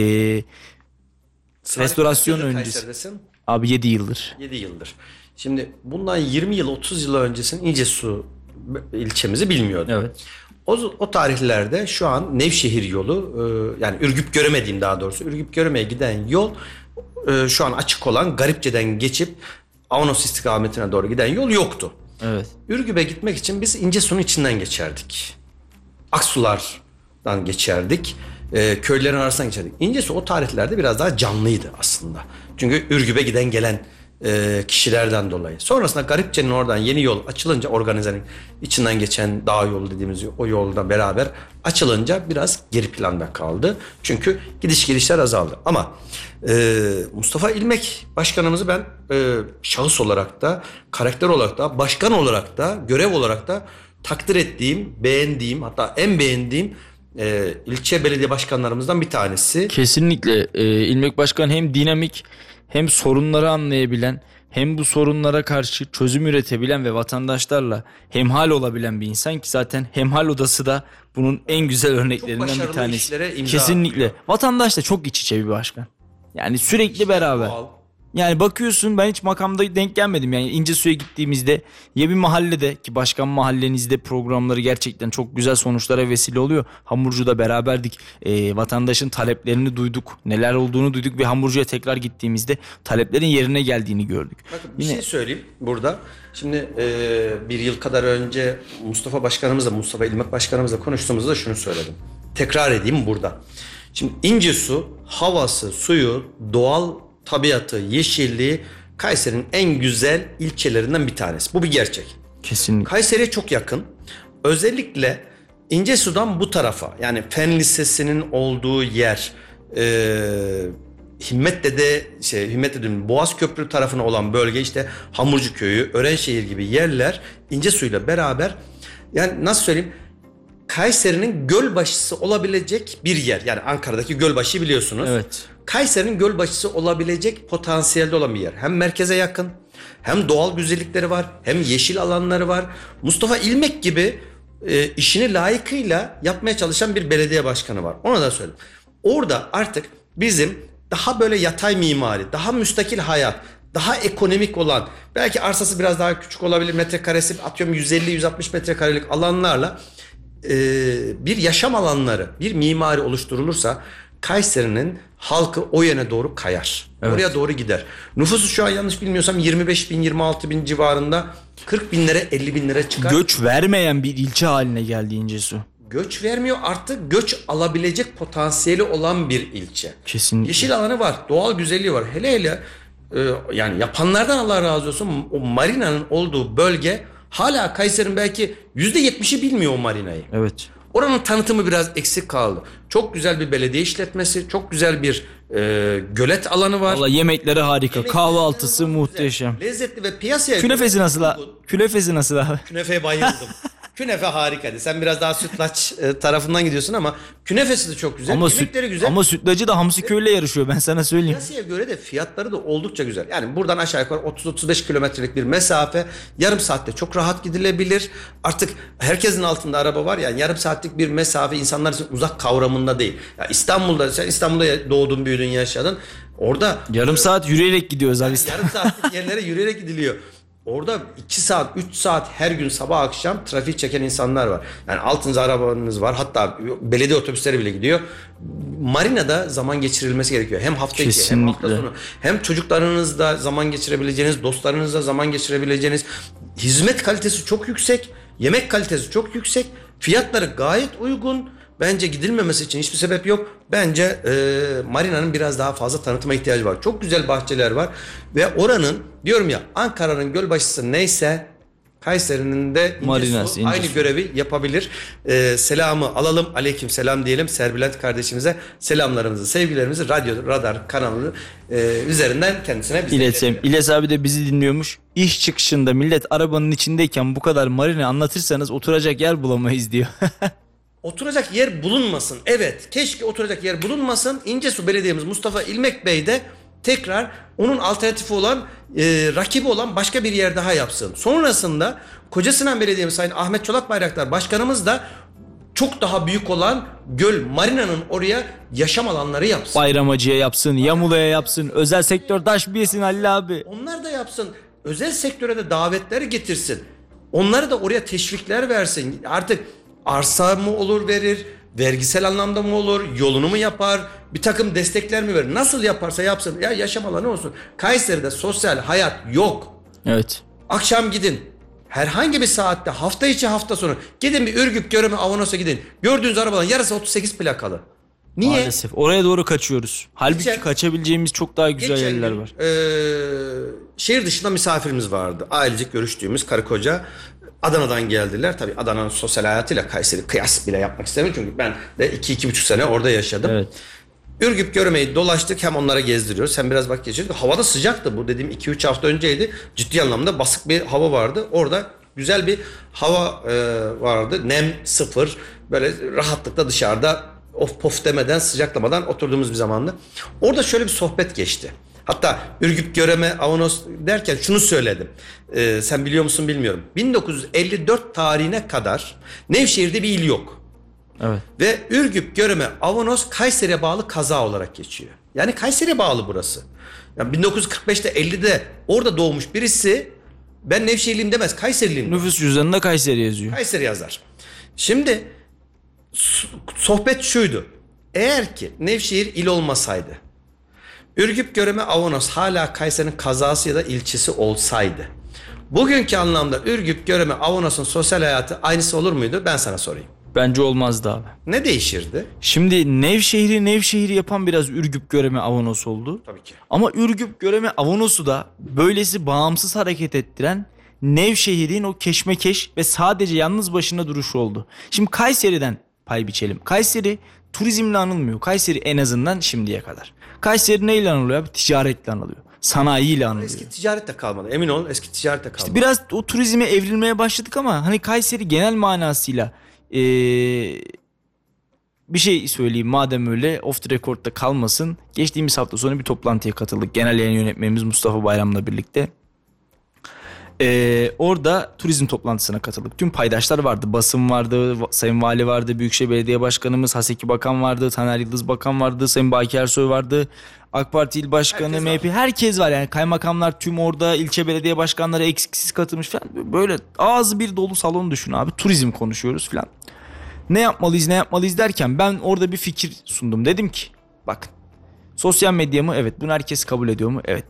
restorasyon öncesi. Kayseri'desin? Abi 7 yıldır. 7 yıldır. Şimdi bundan 20 yıl 30 yıl öncesinin İncesu ilçemizi bilmiyordum. Evet. O tarihlerde şu an Nevşehir yolu, yani Ürgüp Göreme'diyim daha doğrusu. Ürgüp Göreme'ye giden yol şu an açık olan Garipçe'den geçip Avanos istikametine doğru giden yol yoktu. Evet. Ürgüp'e gitmek için biz İncesu'nun içinden geçerdik. Aksular'dan geçerdik. Köylerin arasından geçerdik. İncesu o tarihlerde biraz daha canlıydı aslında. Çünkü Ürgüp'e giden gelen kişilerden dolayı. Sonrasında Garipçe'nin oradan yeni yol açılınca, organizenin içinden geçen dağ yolu dediğimiz o yolda beraber açılınca biraz geri planda kaldı. Çünkü gidiş gelişler azaldı. Ama Mustafa İlmek başkanımızı ben şahıs olarak da, karakter olarak da, başkan olarak da, görev olarak da takdir ettiğim, beğendiğim, hatta en beğendiğim ilçe belediye başkanlarımızdan bir tanesi. Kesinlikle İlmek Başkan hem dinamik, hem sorunları anlayabilen, hem bu sorunlara karşı çözüm üretebilen ve vatandaşlarla hemhal olabilen bir insan ki zaten hemhal odası da bunun en güzel örneklerinden bir tanesi. Kesinlikle. Atıyor. Vatandaşla çok iç içe bir başkan. Yani sürekli beraber. Doğal. Yani bakıyorsun, ben hiç makamda denk gelmedim. Yani İncesu'ya gittiğimizde ya bir mahallede, ki başkan mahallenizde programları gerçekten çok güzel sonuçlara vesile oluyor. Hamurcu'da beraberdik. Vatandaşın taleplerini duyduk. Neler olduğunu duyduk ve Hamurcu'ya tekrar gittiğimizde taleplerin yerine geldiğini gördük. Bakın bir şey söyleyeyim burada. Şimdi bir yıl kadar önce Mustafa İlmek Başkanımızla konuştuğumuzda şunu söyledim. Tekrar edeyim burada. Şimdi İncesu havası, suyu, doğal tabiatı, yeşilliği Kayseri'nin en güzel ilçelerinden bir tanesi. Bu bir gerçek. Kesinlikle. Kayseri'ye çok yakın. Özellikle İncesu'dan bu tarafa, yani Fen Lisesi'nin olduğu yer, Himmetli'nin Boğaz Köprü tarafına olan bölge, işte Hamurcu Köyü, Örenşehir gibi yerler İncesu'yla beraber, yani nasıl söyleyeyim, Kayseri'nin gölbaşısı olabilecek bir yer. Yani Ankara'daki gölbaşıyı biliyorsunuz. Evet. Kayseri'nin gölbaşısı olabilecek potansiyelde olan bir yer. Hem merkeze yakın, hem doğal güzellikleri var, hem yeşil alanları var. Mustafa İlmek gibi işini layıkıyla yapmaya çalışan bir belediye başkanı var. Ona da söyleyeyim. Orada artık bizim daha böyle yatay mimari, daha müstakil hayat, daha ekonomik olan, belki arsası biraz daha küçük olabilir, metrekaresi atıyorum 150-160 metrekarelik alanlarla bir yaşam alanları, bir mimari oluşturulursa Kayseri'nin halkı o yöne doğru kayar. Evet. Oraya doğru gider. Nüfusu şu an yanlış bilmiyorsam 25 bin 26 bin civarında, 40 binlere 50 binlere çıkar. Göç vermeyen bir ilçe haline geldi İncesu. Göç vermiyor, artık göç alabilecek potansiyeli olan bir ilçe. Kesinlikle. Yeşil alanı var, doğal güzelliği var. Hele hele yani yapanlardan Allah razı olsun, o marinanın olduğu bölge hala Kayseri'nin belki %70'i bilmiyor o marinayı. Evet. Oranın tanıtımı biraz eksik kaldı. Çok güzel bir belediye işletmesi, çok güzel bir gölet alanı var. Valla yemekleri harika. Yemekleri Kahvaltısı inanılmaz muhteşem. güzel, lezzetli ve piyasaya... Künefesi nasıl abi? Künefesi nasıl abi? Künefeye bayıldım. Künefe harikaydı. Sen biraz daha sütlaç tarafından gidiyorsun ama künefesi de çok güzel. Ama, Yemekleri güzel. ama sütlacı da Hamsi Köy'le yarışıyor, ben sana söyleyeyim. Piyasaya göre de fiyatları da oldukça güzel. Yani buradan aşağı yukarı 30-35 kilometrelik bir mesafe, yarım saatte çok rahat gidilebilir. Artık herkesin altında araba var, yani yarım saatlik bir mesafe insanlar için uzak kavramında değil. Ya İstanbul'da, sen İstanbul'da doğdun, büyüdün, yaşadın. Orada Yarım saat yürüyerek gidiyoruz abi. yarım saatlik yerlere yürüyerek gidiliyor. Orada 2 saat, 3 saat her gün sabah akşam trafik çeken insanlar var. Yani altınızda arabanız var. Hatta belediye otobüsleri bile gidiyor. Marina'da zaman geçirilmesi gerekiyor. Hem hafta içi hem hafta sonu. Hem çocuklarınızla zaman geçirebileceğiniz, dostlarınızla zaman geçirebileceğiniz. Hizmet kalitesi çok yüksek. Yemek kalitesi çok yüksek. Fiyatları gayet uygun. Bence gidilmemesi için hiçbir sebep yok. Bence Marina'nın biraz daha fazla tanıtıma ihtiyacı var. Çok güzel bahçeler var. Ve oranın, diyorum ya, Ankara'nın Gölbaşısı neyse Kayseri'nin de Marina'sı, aynı görevi yapabilir. Selamı alalım. Aleyküm selam diyelim. Serbülent kardeşimize selamlarımızı, sevgilerimizi Radyo Radar kanalı üzerinden kendisine İletelim. İlyas abi de bizi dinliyormuş. İş çıkışında millet arabanın içindeyken bu kadar Marina anlatırsanız oturacak yer bulamayız diyor. Oturacak yer bulunmasın. Evet, keşke oturacak yer bulunmasın. İncesu Belediye'miz Mustafa İlmek Bey de tekrar onun alternatifi olan, rakibi olan başka bir yer daha yapsın. Sonrasında Kocasinan Belediye'miz Sayın Ahmet Çolak Bayraktar Başkanımız da çok daha büyük olan göl, marinanın oraya yaşam alanları yapsın. Bayramacı'ya yapsın, Yamula'ya yapsın, özel sektör taş bir yesin Halil abi. Onlar da yapsın. Özel sektöre de davetler getirsin. Onları da oraya teşvikler versin. Artık arsa mı olur verir, vergisel anlamda mı olur, yolunu mu yapar, bir takım destekler mi verir? Nasıl yaparsa yapsın. Ya yaşam alanı olsun. Kayseri'de sosyal hayat yok. Evet. Akşam gidin. Herhangi bir saatte, hafta içi hafta sonu gidin, bir Ürgüp, Göreme, Avanos'a gidin. Gördüğünüz arabaların yarısı 38 plakalı. Niye? Maalesef. Oraya doğru kaçıyoruz. Halbuki Geçen- kaçabileceğimiz çok daha güzel Geçen yerler gün, var. Şehir dışında misafirimiz vardı. Ailecek görüştüğümüz karı koca. Adana'dan geldiler. Tabii Adana'nın sosyal hayatıyla Kayseri kıyas bile yapmak istemiyorum. Çünkü ben de 2-2,5 sene orada yaşadım. Evet. Ürgüp Göreme'yi dolaştık, hem onlara gezdiriyoruz hem biraz vakit geçirdik. Havada sıcaktı, bu dediğim 2-3 hafta önceydi. Ciddi anlamda basık bir hava vardı. Orada güzel bir hava vardı. Nem sıfır. Böyle rahatlıkla dışarıda of pof demeden, sıcaklamadan oturduğumuz bir zamandı. Orada şöyle bir sohbet geçti. Hatta Ürgüp, Göreme, Avanos derken şunu söyledim. Sen biliyor musun bilmiyorum. 1954 tarihine kadar Nevşehir'de bir il yok. Evet. Ve Ürgüp, Göreme, Avanos Kayseri'ye bağlı kaza olarak geçiyor. Yani Kayseri'ye bağlı burası. Yani 1945'te 50'de orada doğmuş birisi ben Nevşehirliyim demez, Kayseriliyim. Nüfus cüzdanında Kayseri yazıyor. Kayseri yazar. Şimdi sohbet şuydu. Eğer ki Nevşehir il olmasaydı, Ürgüp, Göreme, Avanos hala Kayseri'nin kazası ya da ilçesi olsaydı, bugünkü anlamda Ürgüp, Göreme, Avanos'un sosyal hayatı aynısı olur muydu? Ben sana sorayım. Bence olmazdı abi. Ne değişirdi? Şimdi Nevşehir'i yapan biraz Ürgüp, Göreme, Avanos oldu. Tabii ki. Ama Ürgüp, Göreme, Avanos'u da böylesi bağımsız hareket ettiren Nevşehir'in o keşmekeş ve sadece yalnız başına duruşu oldu. Şimdi Kayseri'den pay biçelim. Kayseri turizmle anılmıyor. Kayseri en azından şimdiye kadar. Kayseri neyle anılıyor abi? Ticaretle anılıyor. Sanayiyle anılıyor. Eski ticaret de kalmadı. Emin ol, eski ticaret de kalmadı. İşte biraz o turizme evrilmeye başladık ama hani Kayseri genel manasıyla bir şey söyleyeyim madem öyle, off the record'da kalmasın. Geçtiğimiz hafta sonu bir toplantıya katıldık. Genel yayın yönetmenimiz Mustafa Bayram'la birlikte. Orada turizm toplantısına katıldık. Tüm paydaşlar vardı. Basın vardı, Sayın Vali vardı, Büyükşehir Belediye Başkanımız Haseki Bakan vardı, Taner Yıldız Bakan vardı, Sayın Baki Ersoy vardı. AK Parti İl Başkanı, MHP, herkes var yani, kaymakamlar tüm orada, ilçe belediye başkanları eksiksiz katılmış falan. Böyle ağzı bir dolu salon düşün abi. Turizm konuşuyoruz falan. Ne yapmalıyız derken ben orada bir fikir sundum. Dedim ki Bakın. Sosyal medya mı? Evet. Bunu herkes kabul ediyor mu? Evet.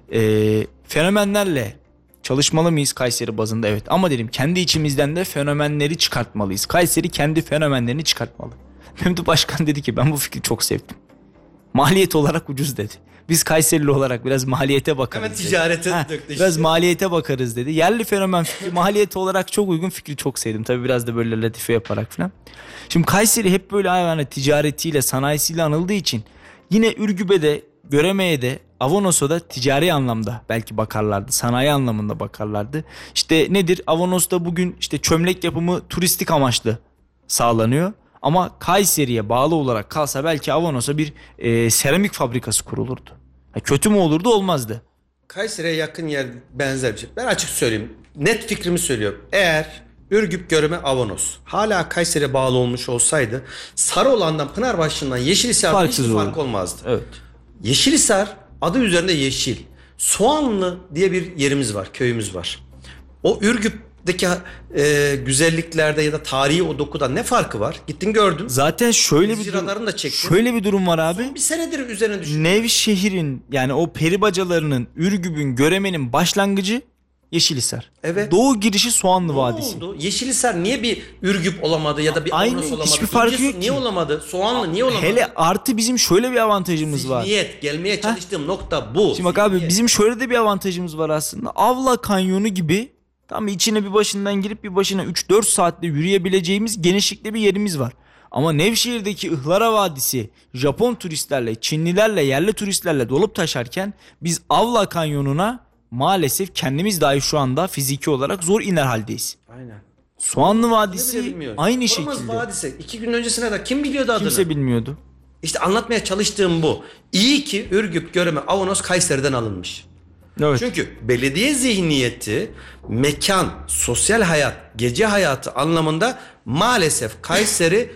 Fenomenlerle çalışmalı mıyız Kayseri bazında? Evet. Ama dedim kendi içimizden de fenomenleri çıkartmalıyız. Kayseri kendi fenomenlerini çıkartmalı. Memduh Başkan dedi ki ben bu fikri çok sevdim. Maliyet olarak ucuz dedi. Biz Kayserili olarak biraz maliyete bakarız. Hemen dedi. ticarete döktü Biraz işte. maliyete bakarız dedi. Yerli fenomen fikri maliyet olarak çok uygun, fikri çok sevdim. Tabii biraz da böyle latife yaparak falan. Şimdi Kayseri hep böyle hayvanı ticaretiyle, sanayisiyle anıldığı için yine Ürgüp'e, Göreme'ye, Avanos'a da ticari anlamda belki bakarlardı. Sanayi anlamında bakarlardı. İşte nedir? Avanos'ta bugün işte çömlek yapımı turistik amaçlı sağlanıyor. Ama Kayseri'ye bağlı olarak kalsa belki Avanos'a bir seramik fabrikası kurulurdu. Kötü mü olurdu? Olmazdı. Kayseri'ye yakın yer benzer bir şey. Ben açık söyleyeyim. Net fikrimi söylüyorum. Eğer Ürgüp, Göreme, Avanos hala Kayseri'ye bağlı olmuş olsaydı Sarıoğlan'dan, Pınarbaşı'ndan, Yeşilhisar'dan Farksız hiçbir fark olurdu. olmazdı. Evet. Yeşilhisar adı üzerinde yeşil. Soğanlı diye bir yerimiz var, köyümüz var. O Ürgüp'teki güzelliklerde ya da tarihi o dokuda ne farkı var? Gittin gördün. Zaten şöyle bir Radarını da çektin. şöyle bir durum var abi. Bir senedir üzerine düştü. Nevşehir'in yani o peribacalarının, Ürgüp'ün, Göreme'nin başlangıcı Yeşilhisar. Evet. Doğu girişi Soğanlı Ne Vadisi. oldu? Yeşilhisar niye bir Ürgüp olamadı ya da bir Aynı, Avanos olamadı? hiçbir farkı İncesu yok niye ki. olamadı? Soğanlı niye olamadı? Hele artı bizim şöyle bir avantajımız var. Zihniyet, gelmeye çalıştığım nokta bu. Şimdi bak abi Zihniyet. bizim şöyle de bir avantajımız var aslında. Avla Kanyonu gibi tam içine bir başından girip bir başına 3-4 saatte yürüyebileceğimiz genişlikte bir yerimiz var. Ama Nevşehir'deki Ihlara Vadisi Japon turistlerle, Çinlilerle, yerli turistlerle dolup taşarken biz Avla Kanyonu'na maalesef kendimiz dahi şu anda fiziki olarak zor iner haldeyiz. Aynen. Soğanlı Bile Vadisi bilmiyoruz. aynı Korkmaz şekilde. Vadisi. 2 gün öncesine de kim biliyordu adını? Kimse bilmiyordu. İşte anlatmaya çalıştığım bu. İyi ki Ürgüp, Göreme, Avanos Kayseri'den alınmış. Evet. Çünkü belediye zihniyeti, mekan, sosyal hayat, gece hayatı anlamında maalesef Kayseri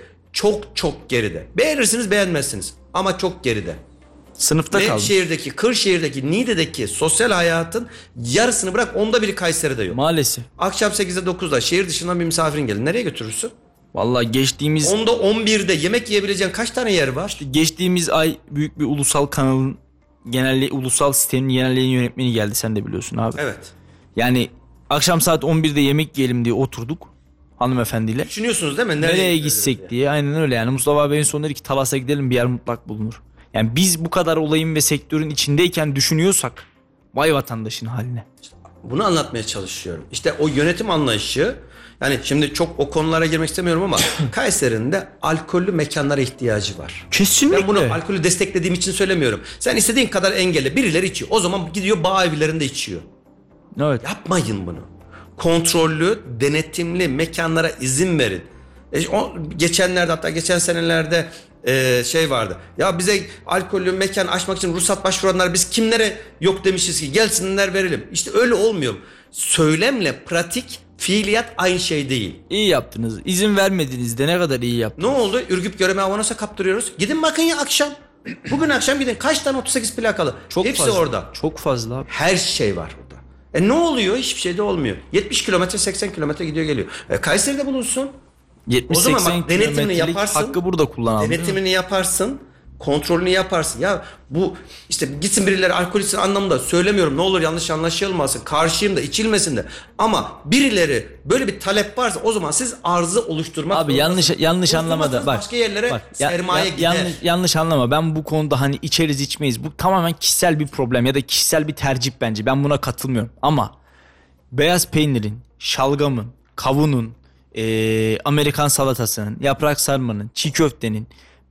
çok geride. Beğenirsiniz beğenmezsiniz ama çok geride. Sınıfta kalmış. Nevşehir'deki, Kırşehir'deki, Niğde'deki sosyal hayatın yarısını bırak, onda biri Kayseri'de yok. Maalesef. Akşam 8'de 9'da şehir dışından bir misafirin geldi. Nereye götürürsün? Vallahi geçtiğimiz Onda 11'de yemek yiyebileceğin kaç tane yer var? Geçtiğimiz ay büyük bir ulusal kanalın ulusal sitenin genel yayın yönetmeni geldi, sen de biliyorsun abi. Evet. Yani akşam saat 11'de yemek yiyelim diye oturduk hanımefendiyle. Düşünüyorsunuz değil mi? Nereye gidiyoruz gitsek diye. Aynen öyle yani. Mustafa abi en son dedi ki Talas'a gidelim, bir yer mutlak bulunur. Yani biz bu kadar olayın ve sektörün içindeyken düşünüyorsak vay vatandaşın haline. Bunu anlatmaya çalışıyorum. İşte o yönetim anlayışı, yani şimdi çok o konulara girmek istemiyorum ama Kayseri'nin de alkollü mekanlara ihtiyacı var. Kesinlikle. Ben bunu alkolü desteklediğim için söylemiyorum. Sen istediğin kadar engelle, birileri içiyor. O zaman gidiyor bağ evlerinde içiyor. Evet. Yapmayın bunu. Kontrollü, denetimli mekanlara izin verin. Geçenlerde, hatta geçen senelerde şey vardı. Ya bize alkollü mekan açmak için ruhsat başvuranlar biz kimlere yok demişiz ki gelsinler verelim. İşte öyle olmuyor. Söylemle pratik, fiiliyat aynı şey değil. İyi yaptınız. İzin vermediniz de ne kadar iyi yaptınız. Ne oldu? Ürgüp, Göreme, Avanos'a kaptırıyoruz. Gidin bakın ya akşam. Bugün akşam gidin. Kaç tane 38 plakalı? Çok Hepsi fazla. orada. Çok fazla abi. Her şey var orada. Ne oluyor? Hiçbir şey de olmuyor. 70 kilometre, 80 kilometre gidiyor geliyor. Kayseri'de bulunsun. O zaman 70-80 bak, denetimini kilometrelik yaparsın. hakkı burada kullanalım. Denetimini yaparsın. Kontrolünü yaparsın. Ya bu işte gitsin birileri alkol içsin anlamında söylemiyorum. Ne olur yanlış anlaşılmasın. Karşıyım da, içilmesin de. Ama birileri böyle bir talep varsa o zaman siz arzı oluşturmak Abi yanlış anlama da bak. Başka yerlere bak, sermaye gider. yanlış anlama. Ben bu konuda hani içeriz içmeyiz. Bu tamamen kişisel bir problem ya da kişisel bir tercih bence. Ben buna katılmıyorum. Ama beyaz peynirin, şalgamın, kavunun, Amerikan salatasının, yaprak sarmanın, çiğ köftenin,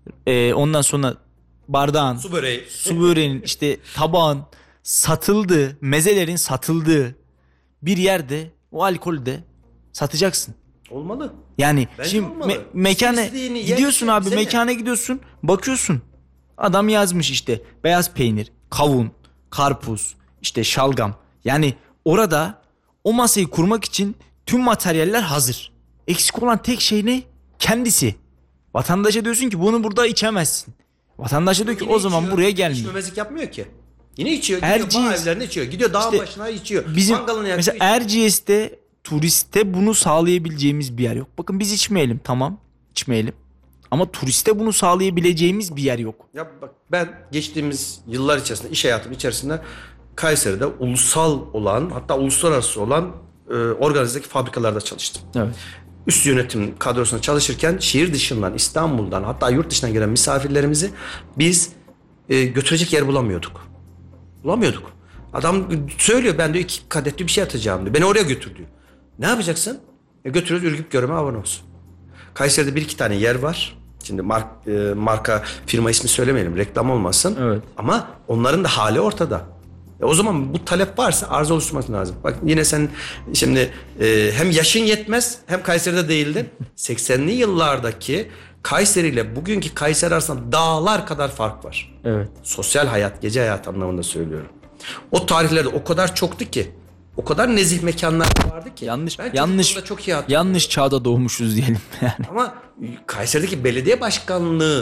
ondan sonra bardağın, su böreğinin, işte tabağın satıldığı, mezelerin satıldığı bir yerde o alkolü de satacaksın. Olmalı. Yani Bence şimdi olmalı. mekana İstediğini gidiyorsun yer, abi, bize ne? mekana gidiyorsun, bakıyorsun. Adam yazmış işte beyaz peynir, kavun, karpuz, işte şalgam. Yani orada o masayı kurmak için tüm materyaller hazır. Eksik olan tek şey ne? Kendisi. Vatandaşa diyorsun ki bunu burada içemezsin. Vatandaşa diyor ki Yine o zaman içiyor. buraya gelmiyor. İçmemezlik yapmıyor ki. Yine içiyor. Gidiyor Erciyes. bağ evlerinde içiyor. Gidiyor dağ İşte başına içiyor. Bizim Mangalını yakıyor. mesela Erciyes'te turiste bunu sağlayabileceğimiz bir yer yok. Bakın biz içmeyelim, tamam, içmeyelim. Ama turiste bunu sağlayabileceğimiz bir yer yok. Ya bak, ben geçtiğimiz yıllar içerisinde, iş hayatım içerisinde Kayseri'de ulusal olan, hatta uluslararası olan organizedeki fabrikalarda çalıştım. Evet. Üst yönetim kadrosunda çalışırken şehir dışından, İstanbul'dan, hatta yurt dışından gelen misafirlerimizi biz götürecek yer bulamıyorduk. Bulamıyorduk. Adam söylüyor, ben diyor 2 kadehli bir şey atacağım diyor. Beni oraya götür diyor. Ne yapacaksın? Götürüyoruz, Ürgüp Göreme Avanos. Kayseri'de 1-2 tane yer var. Şimdi marka, firma ismi söylemeyelim, reklam olmasın. Evet. Ama onların da hali ortada. O zaman bu talep varsa arz oluşturması lazım. Bak yine sen şimdi hem yaşın yetmez hem Kayseri'de değildin. 80'li yıllardaki Kayseri ile bugünkü Kayseri arasında dağlar kadar fark var. Evet. Sosyal hayat, gece hayat anlamında söylüyorum. O tarihlerde o kadar çoktu ki, o kadar nezih mekanlar vardı ki. Ben çocukluğumda çok iyi hatırlıyorum. yanlış çağda doğmuşuz diyelim yani. Ama Kayseri'deki belediye başkanlığı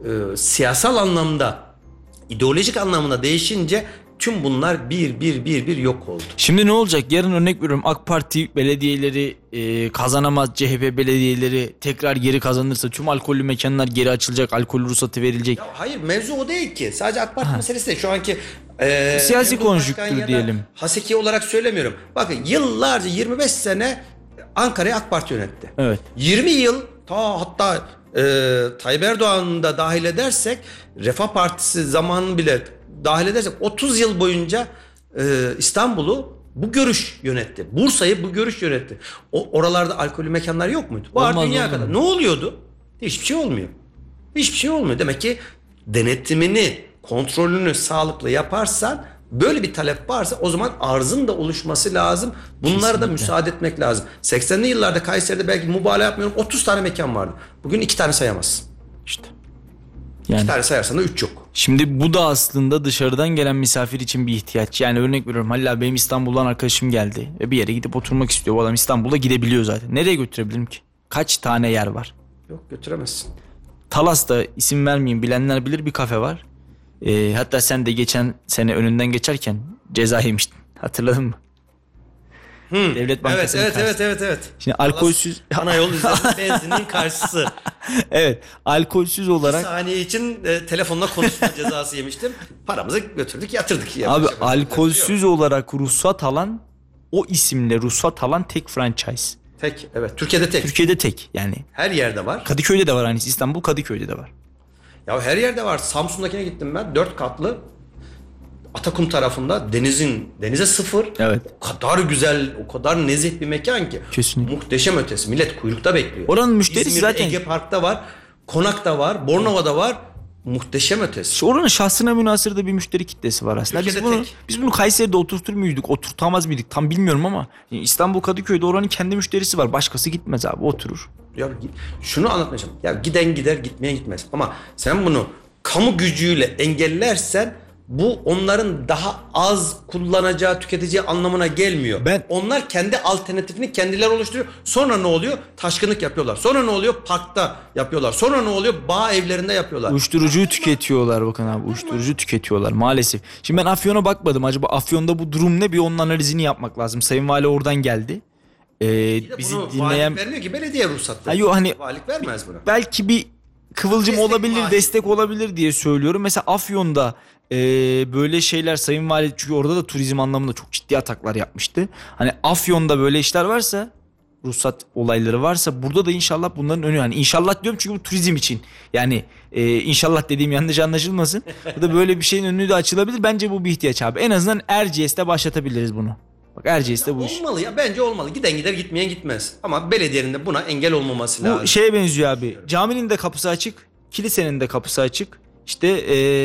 siyasal anlamda, ideolojik anlamda değişince tüm bunlar bir yok oldu. Şimdi ne olacak? Yarın örnek veriyorum, AK Parti belediyeleri kazanamaz, CHP belediyeleri tekrar geri kazanırsa tüm alkollü mekanlar geri açılacak, alkol ruhsatı verilecek. Ya hayır, mevzu o değil ki. Sadece AK Parti meselesi değil. Şu anki siyasi Erdoğan konjüktür Başkan ya da diyelim. Haseki olarak söylemiyorum. Bakın yıllarca 25 sene Ankara'yı AK Parti yönetti. Evet. 20 yıl hatta Tayyip Erdoğan'ı da dahil edersek, Refah Partisi zamanını bile dahil edersek 30 yıl boyunca İstanbul'u bu görüş yönetti. Bursa'yı bu görüş yönetti. Oralarda alkollü mekanlar yok muydu? Var, dünya kadar. Ne oluyordu? Hiçbir şey olmuyor. Hiçbir şey olmuyor. Demek ki denetimini, kontrolünü sağlıklı yaparsan, böyle bir talep varsa o zaman arzın da oluşması lazım. Bunlara da müsaade etmek lazım. 80'li yıllarda Kayseri'de, belki mübalağa yapmıyorum, 30 tane mekan vardı. Bugün 2 tane sayamazsın. İşte. 2 tane sayarsan da 3 yok. Şimdi bu da aslında dışarıdan gelen misafir için bir ihtiyaç. Yani örnek veriyorum, Halil abi, benim İstanbul'dan arkadaşım geldi ve bir yere gidip oturmak istiyor. O adam İstanbul'a gidebiliyor zaten. Nereye götürebilirim ki? Kaç tane yer var? Yok, götüremezsin. Talas'ta, isim vermeyeyim, bilenler bilir, bir kafe var. Hatta sen de geçen sene önünden geçerken ceza yemiştin. Hatırladın mı? Devlet Bankası'nın karşısı. Evet. Şimdi alkolsüz... Ana yol üzerinde benzinin karşısı. Evet, alkolsüz olarak... Saniye için telefonla konuşma cezası yemiştim. Paramızı götürdük, yatırdık. Abi alkolsüz olarak ruhsat alan, o isimle ruhsat alan tek franchise. Tek, evet. Türkiye'de tek. Türkiye'de tek yani. Her yerde var. Kadıköy'de de var aynı. İstanbul Kadıköy'de de var. Ya her yerde var. Samsun'dakine gittim ben. 4 katlı. Atakum tarafında denize sıfır. Evet. O kadar güzel, o kadar nezih bir mekan ki. Kesinlikle. Muhteşem ötesi. Millet kuyrukta bekliyor. Oranın müşterisi İzmir'de zaten... Ege Park'ta var. Konak'ta var. Bornova'da var. Muhteşem ötesi. İşte oranın şahsına münhasır da bir müşteri kitlesi var aslında. Türkiye'de Biz bunu Kayseri'de oturtur muyduk, oturtamaz mıydık tam bilmiyorum ama İstanbul Kadıköy'de oranın kendi müşterisi var. Başkası gitmez abi, oturur. Ya şunu anlatmayacağım. Ya giden gider, gitmeye gitmez. Ama sen bunu kamu gücüyle engellersen, bu onların daha az kullanacağı, tüketeceği anlamına gelmiyor. Onlar kendi alternatifini kendileri oluşturuyor. Sonra ne oluyor? Taşkınlık yapıyorlar. Sonra ne oluyor? Parkta yapıyorlar. Sonra ne oluyor? Bağ evlerinde yapıyorlar. Uyuşturucuyu tüketiyorlar bakın abi. Uyuşturucu tüketiyorlar maalesef. Şimdi ben Afyon'a bakmadım. Acaba Afyon'da bu durum ne? Bir onun analizini yapmak lazım. Sayın Vali oradan geldi. Bizi dinleyen... Valilik vermiyor ki, belediye ruhsatları. Valilik vermez bunu. Belki bir kıvılcım destek olabilir, destek olabilir diye söylüyorum. Mesela Afyon'da böyle şeyler, Sayın Vali, çünkü orada da turizm anlamında çok ciddi ataklar yapmıştı. Hani Afyon'da böyle işler varsa, ruhsat olayları varsa, burada da inşallah bunların önü, hani inşallah diyorum çünkü bu turizm için. Yani inşallah dediğim yanlış anlaşılmasın. Burada böyle bir şeyin önü de açılabilir. Bence bu bir ihtiyaç abi. En azından Erciyes'te başlatabiliriz bunu. Bak Erciyes'te bu iş. Olmalı ya, bence olmalı. Giden gider, gitmeyen gitmez. Ama belediyenin de buna engel olmaması lazım. Bu şeye benziyor abi. Caminin de kapısı açık, kilisenin de kapısı açık. İşte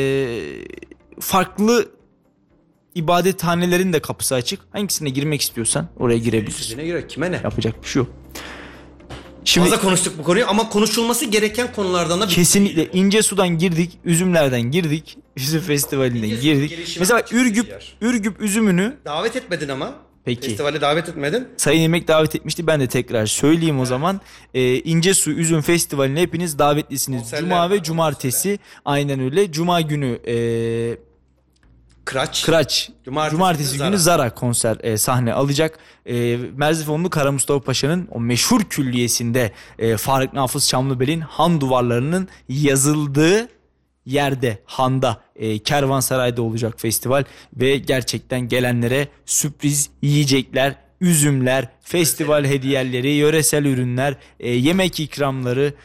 farklı ibadethanelerin de kapısı açık. Hangisine girmek istiyorsan oraya girebilirsin. İstediğine göre, kime ne? Yapacak bir şey yok. Şimdi fazla konuştuk bu konuyu ama konuşulması gereken konulardan da kesinlikle İncesu'dan girdik, üzümlerden girdik, üzüm festivalinden girdik. Mesela Ürgüp üzümünü davet etmedin ama. Peki. Festivale davet etmedin. Sayın Yemek davet etmişti. Ben de tekrar söyleyeyim o zaman. İncesu Üzüm Festivali'ne hepiniz davetlisiniz. Konserler Cuma ve cumartesi. Aynen öyle. Cuma günü Kıraç. Cumartesi günü Zara konser sahne alacak. Merzifonlu Kara Mustafa Paşa'nın o meşhur külliyesinde Faruk Nafız Çamlıbel'in Han duvarlarının yazıldığı yerde, Han'da, Kervansaray'da olacak festival ve gerçekten gelenlere sürpriz yiyecekler, üzümler, festival hediyeleri, yöresel ürünler, yemek ikramları,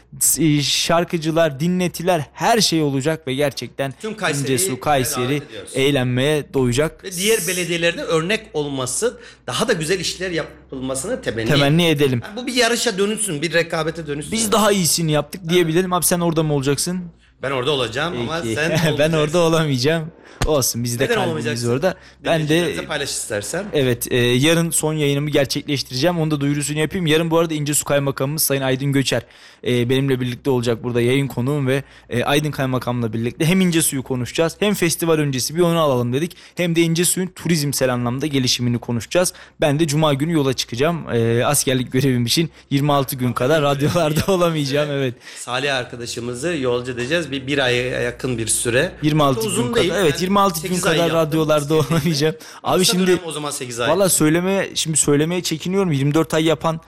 şarkıcılar, dinletiler, her şey olacak ve gerçekten Tüm İncesu, Kayseri davet ediyoruz. eğlenmeye doyacak. Ve diğer belediyelerde örnek olması, daha da güzel işler yapılmasını Temenni edelim. Yani bu bir yarışa dönüşsün, bir rekabete dönüşsün. Biz daha iyisini yaptık diyebilirim. Abi sen orada mı olacaksın? Ben orada olacağım ama Peki. sen Ben olmayacaksın. orada olamayacağım. Olsun, biz de Neden kalbimiz olmayacaksın? orada. Ben de Dinleyicilerimize paylaş istersen. evet, yarın son yayınımı gerçekleştireceğim. Onu da duyurusunu yapayım. Yarın bu arada İncesu Kaymakamımız Sayın Aydın Göçer benimle birlikte olacak burada, yayın konuğum ve Aydın Kaymakam'la birlikte hem İncesu'yu konuşacağız, hem festival öncesi bir onu alalım dedik, hem de İncesu'nun turizmsel anlamda gelişimini konuşacağız. Ben de Cuma günü yola çıkacağım. Askerlik görevim için 26 gün kadar radyolarda olamayacağım. Evet. Salih arkadaşımızı yolcu edeceğiz. Bir aya yakın bir süre. 26 Uzun gün değil. kadar. Evet, Ben 26 gün 8 ay kadar yaptım radyolarda askerliğimi. olamayacağım. Abi Kısa şimdi dönem o zaman 8 ay. valla söylemeye çekiniyorum. 24 ay yapan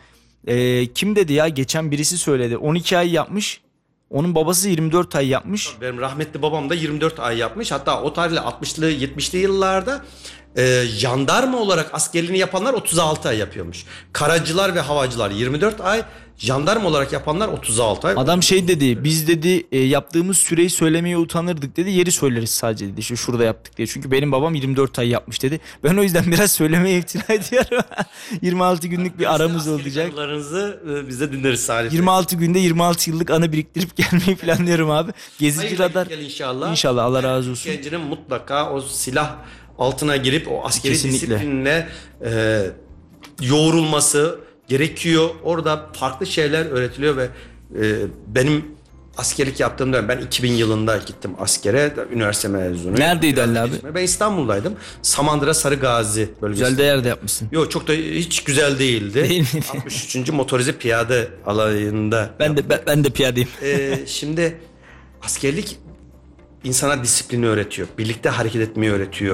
kim dedi ya? Geçen birisi söyledi. 12 ay yapmış. Onun babası 24 ay yapmış. Benim rahmetli babam da 24 ay yapmış. Hatta o tarihle 60'lı 70'li yıllarda jandarma olarak askerliğini yapanlar 36 ay yapıyormuş. Karacılar ve havacılar 24 ay, jandarma olarak yapanlar 36 ay. Adam şey dedi, biz dedi yaptığımız süreyi söylemeye utanırdık dedi, yeri söyleriz sadece dedi, işte şurada yaptık diye. Çünkü benim babam 24 ay yapmış dedi. Ben o yüzden biraz söylemeye imtina ediyorum. 26 günlük bir aramız olacak. Anılarınızı biz de dinleriz Salih. 26 günde 26 yıllık anı biriktirip gelmeyi planlıyorum abi. Gezici Hayırlı radar. gel inşallah. İnşallah, Allah razı olsun. Gencinin mutlaka o silah altına girip o askeri Kesinlikle. disiplinle yoğrulması gerekiyor. Orada farklı şeyler öğretiliyor ve benim askerlik yaptığım dönem, ben 2000 yılında gittim askere, üniversite mezunu. Neredeydi Ali abi? Ben İstanbul'daydım. Samandıra Sarıgazi bölgesinde. Güzel de yerde yapmışsın. Yok, çok da hiç güzel değildi. Değil mi? 63. Motorize Piyade Alayı'nda. Ben de piyadeyim. Şimdi askerlik insana disiplini öğretiyor. Birlikte hareket etmeyi öğretiyor.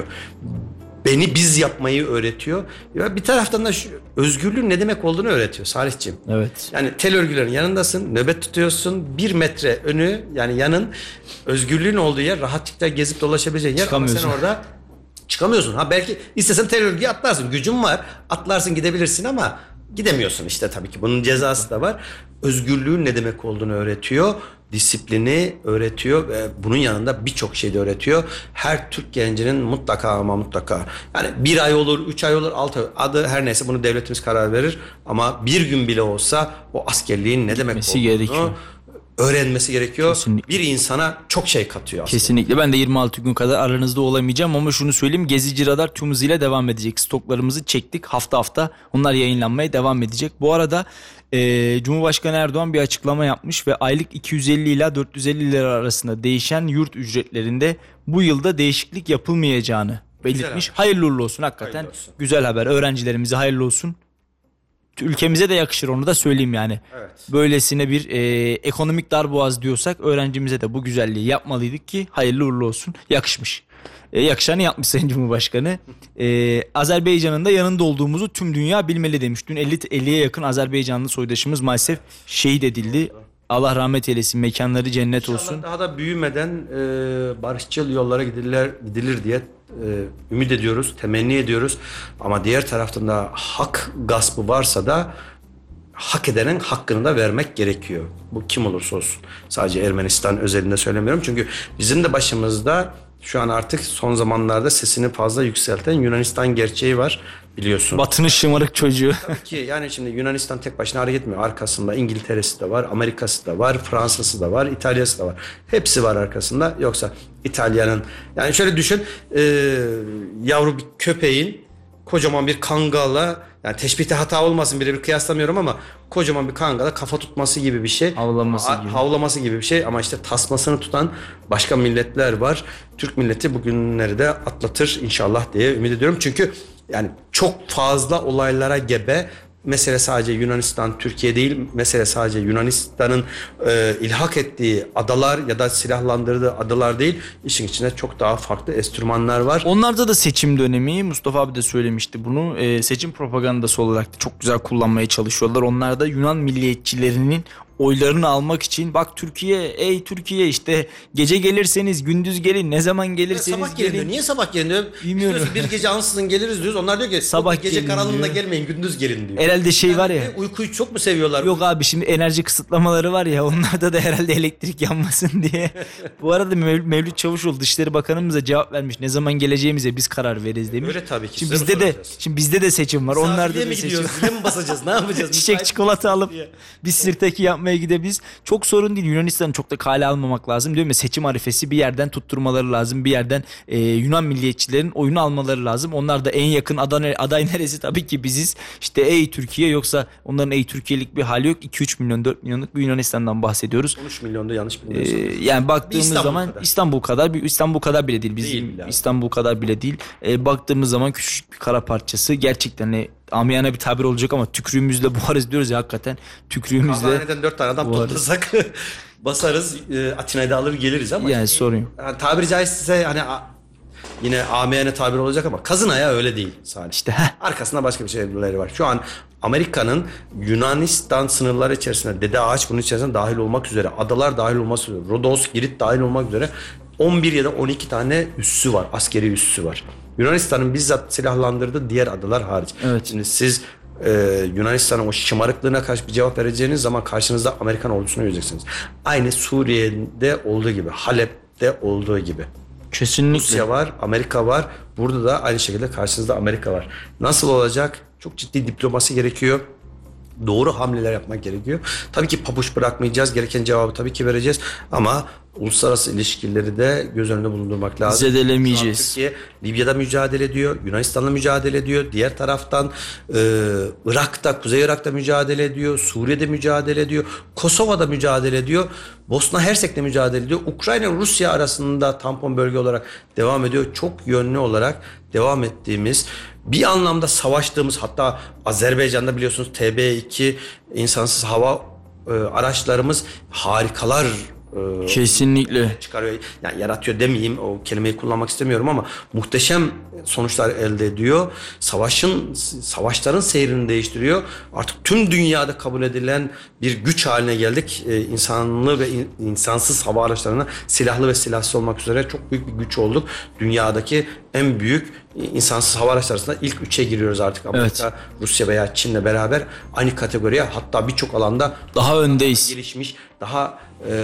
Biz yapmayı öğretiyor. Ya bir taraftan da şu özgürlüğün ne demek olduğunu öğretiyor Salihciğim. Evet. Yani tel örgülerin yanındasın, nöbet tutuyorsun. 1 metre önü, yani yanın, özgürlüğün olduğu yer, rahatlıkla gezip dolaşabileceğin yer. Ama sen Çıkamıyorsun. orada çıkamıyorsun. Ha, belki istesen tel örgüye atlarsın. Gücün var. Atlarsın, gidebilirsin ama gidemiyorsun işte, tabii ki. Bunun cezası da var. Özgürlüğün ne demek olduğunu öğretiyor. Disiplini öğretiyor ve bunun yanında birçok şey de öğretiyor. Her Türk gencinin mutlaka ama mutlaka, yani 1 ay olur, 3 ay olur, 6 ay, adı her neyse, bunu devletimiz karar verir. Ama bir gün bile olsa o askerliğin ne demek Gitmesi olduğunu gerekiyor. öğrenmesi gerekiyor. Kesinlikle. Bir insana çok şey katıyor aslında. Kesinlikle. Ben de 26 gün kadar aranızda olamayacağım ama şunu söyleyeyim. Gezici Radar tüm hızıyla devam edecek. Stoklarımızı çektik hafta hafta. Onlar yayınlanmaya devam edecek. Bu arada Cumhurbaşkanı Erdoğan bir açıklama yapmış ve aylık 250 ila 450 lira arasında değişen yurt ücretlerinde bu yılda değişiklik yapılmayacağını belirtmiş. Hayırlı uğurlu olsun hakikaten. Hayırlı olsun. Güzel haber. Öğrencilerimize hayırlı olsun. Ülkemize de yakışır, onu da söyleyeyim yani. Evet. Böylesine bir ekonomik darboğaz diyorsak öğrencimize de bu güzelliği yapmalıydık ki hayırlı uğurlu olsun. Yakışmış. Yakışanı yapmış Sayın Cumhurbaşkanı. Azerbaycan'ın da yanında olduğumuzu tüm dünya bilmeli demiş. Dün 50'ye yakın Azerbaycanlı soydaşımız maalesef şehit edildi. Allah rahmet eylesin, mekanları cennet olsun. İnşallah daha da büyümeden barışçıl yollara gidilir diye ümit ediyoruz, temenni ediyoruz. Ama diğer taraftan da hak gaspı varsa da hak edenin hakkını da vermek gerekiyor. Bu kim olursa olsun. Sadece Ermenistan özelinde söylemiyorum. Çünkü bizim de başımızda şu an artık son zamanlarda sesini fazla yükselten Yunanistan gerçeği var, biliyorsun. Batı'nın şımarık çocuğu. Ki yani şimdi Yunanistan tek başına hareket etmiyor. Arkasında İngiltere'si de var, Amerika'sı da var, Fransa'sı da var, İtalya'sı da var. Hepsi var arkasında. Yoksa İtalya'nın, yani şöyle düşün, yavru bir köpeğin kocaman bir kangala, yani teşbihte hata olmasın, birebir kıyaslamıyorum ama kocaman bir kangala kafa tutması gibi bir şey. Havlaması gibi bir şey ama işte tasmasını tutan başka milletler var. Türk milleti bugünleri de atlatır inşallah diye ümit ediyorum. Çünkü yani çok fazla olaylara gebe, mesele sadece Yunanistan, Türkiye değil. Mesele sadece Yunanistan'ın ilhak ettiği adalar ya da silahlandırdığı adalar değil. İşin içinde çok daha farklı enstrümanlar var. Onlarda da seçim dönemi, Mustafa abi de söylemişti bunu. Seçim propagandası olarak da çok güzel kullanmaya çalışıyorlar. Onlar da Yunan milliyetçilerinin oylarını almak için bak Türkiye, ey Türkiye işte gece gelirseniz gündüz gelin, ne zaman gelirseniz Sabah gelin diyor. gelin. Niye sabah gelin diyor? Bilmiyorum. Biz diyoruz, bir gece ansızın geliriz diyoruz. Onlar diyor ki Sabah gece gelin karanlığında diyor. gelmeyin, gündüz gelin diyor. Herhalde şey var ya. Uykuyu çok mu seviyorlar? Yok abi şimdi enerji kısıtlamaları var ya, onlarda da herhalde elektrik yanmasın diye. Bu arada Mevlüt Çavuşoğlu Dışişleri Bakanımıza cevap vermiş. Ne zaman geleceğimize biz karar veririz demiş. Öyle tabii ki. Şimdi bizde de seçim var. Onlarda Misafirliğe da mi seçim. gidiyoruz? Zile mi basacağız? Ne yapacağız? Çiçek çikolata alıp biz sirtaki yapmaya gidebiliriz. Çok sorun değil. Yunanistan'ı çok da kale almamak lazım diyorum ya, seçim arifesi bir yerden tutturmaları lazım. Bir yerden Yunan milliyetçilerin oyunu almaları lazım. Onlar da en yakın aday neresi? Tabii ki biziz. İşte ey Türkiye, yoksa onların ey Türkiye'lik bir hali yok. 2-3 milyon 4 milyonluk bir Yunanistan'dan bahsediyoruz. 13 milyonda yanlış bilmiyorsam. Yani baktığımız zaman kadar. İstanbul kadar bile değil. Bizim Değil ya. İstanbul kadar bile değil. Baktığımız zaman küçük bir kara parçası. Gerçekten amiyane bir tabir olacak ama tükrüğümüzle buharız diyoruz ya, hakikaten. Tükrüğümüzle Kahvehaneden 4 tane adam buharız. toplasak basarız, Atina'da alır geliriz ama. Yani sorun yok. Yani tabiri caizse hani yine amiyane tabir olacak ama kazın ayağı öyle değil sadece. İşte Arkasında başka bir şeyleri var. Şu an Amerika'nın Yunanistan sınırları içerisinde Dede Ağaç bunun içerisinde dahil olmak üzere, adalar dahil olmak üzere, Rodos, Girit dahil olmak üzere 11 ya da 12 tane üssü var, askeri üssü var. Yunanistan'ın bizzat silahlandırdığı diğer adalar hariç. Evet. Şimdi siz Yunanistan'ın o şımarıklığına karşı bir cevap vereceğiniz zaman karşınızda Amerikan ordusunu göreceksiniz. Aynı Suriye'de olduğu gibi, Halep'te olduğu gibi. kesinlikle. Rusya var, Amerika var. Burada da aynı şekilde karşınızda Amerika var. Nasıl olacak? Çok ciddi diplomasi gerekiyor. Doğru hamleler yapmak gerekiyor. Tabii ki pabuç bırakmayacağız. Gereken cevabı tabii ki vereceğiz. Ama uluslararası ilişkileri de göz önünde bulundurmak lazım. Zedelemeyeceğiz. Türkiye Libya'da mücadele ediyor. Yunanistan'la mücadele ediyor. Diğer taraftan Irak'ta, Kuzey Irak'ta mücadele ediyor. Suriye'de mücadele ediyor. Kosova'da mücadele ediyor. Bosna Hersek'le mücadele ediyor. Ukrayna Rusya arasında tampon bölge olarak devam ediyor. Çok yönlü olarak devam ettiğimiz, bir anlamda savaştığımız, hatta Azerbaycan'da biliyorsunuz TB2 insansız hava araçlarımız harikalar Kesinlikle. çıkarıyor. Yani yaratıyor demeyeyim, o kelimeyi kullanmak istemiyorum ama muhteşem sonuçlar elde ediyor. Savaşların seyrini değiştiriyor. Artık tüm dünyada kabul edilen bir güç haline geldik. İnsanlı ve insansız hava araçlarına, silahlı ve silahsız olmak üzere çok büyük bir güç olduk. Dünyadaki en büyük insansız hava araçları arasında ilk 3'e giriyoruz artık. Amerika, Evet. Rusya veya Çin'le beraber aynı kategoriye, hatta birçok alanda Daha öndeyiz. gelişmiş, daha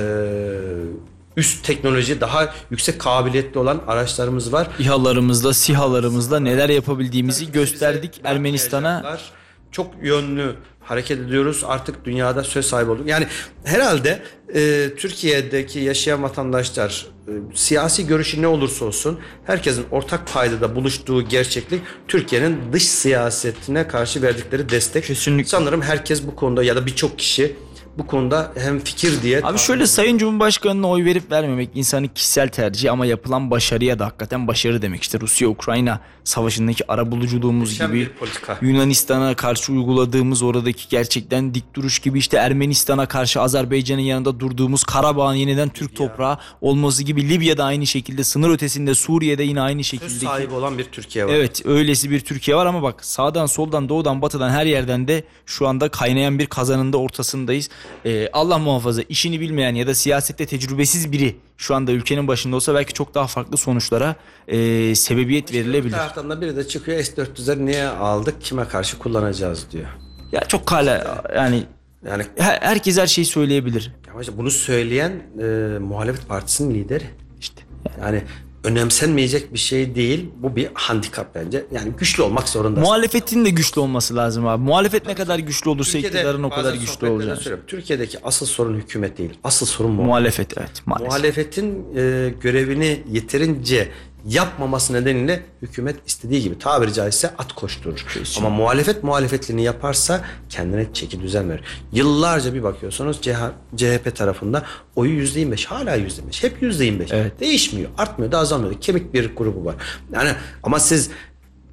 üst teknoloji, daha yüksek kabiliyetli olan araçlarımız var. İHA'larımızla, SİHA'larımızla neler yapabildiğimizi gösterdik Bize Ermenistan'a. yapmayacaklar. Çok yönlü hareket ediyoruz. Artık dünyada söz sahibi olduk. Yani herhalde Türkiye'deki yaşayan vatandaşlar, siyasi görüşü ne olursa olsun, herkesin ortak paydada buluştuğu gerçeklik Türkiye'nin dış siyasetine karşı verdikleri destek. Kesinlikle. Sanırım herkes bu konuda, ya da birçok kişi bu konuda hem fikir diye. Abi şöyle, Sayın Cumhurbaşkanı'na oy verip vermemek insanın kişisel tercihi ama yapılan başarıya da hakikaten başarı demek. İşte Rusya-Ukrayna savaşındaki arabuluculuğumuz Muhteşem gibi, bir politika. Yunanistan'a karşı uyguladığımız oradaki gerçekten dik duruş gibi, işte Ermenistan'a karşı Azerbaycan'ın yanında durduğumuz, Karabağ'ın yeniden Türk toprağı olması gibi, Libya'da aynı şekilde, sınır ötesinde Suriye'de yine aynı şekilde. Söz sahibi olan bir Türkiye var. Evet, öylesi bir Türkiye var ama bak, sağdan soldan doğudan batıdan her yerden de şu anda kaynayan bir kazanında ortasındayız. Allah muhafaza, işini bilmeyen ya da siyasette tecrübesiz biri şu anda ülkenin başında olsa belki çok daha farklı sonuçlara sebebiyet Bir verilebilir. taraftan da biri de çıkıyor, S-400'leri niye aldık, kime karşı kullanacağız diyor. Ya çok hala yani Yani herkes her şeyi söyleyebilir. ama işte bunu söyleyen muhalefet partisinin lideri. İşte Yani önemsenmeyecek bir şey değil. Bu bir handikap bence. Yani güçlü olmak zorunda. muhalefetin de güçlü olması lazım abi. Muhalefet ne kadar güçlü olursa iktidarın o kadar güçlü olacak. Türkiye'deki asıl sorun hükümet değil. Asıl sorun muhalefet. Muhalefet, evet, maalesef. Muhalefetin görevini yeterince yapmaması nedeniyle hükümet istediği gibi, tabiri caizse at koşturur. Ama muhalefet muhalefetliğini yaparsa kendine çeki düzen verir. Yıllarca bir bakıyorsunuz CHP tarafında oyu %25, hala %25. Hep %25. Evet. Değişmiyor, artmıyor da azalmıyor. Kemik bir grubu var. Yani ama siz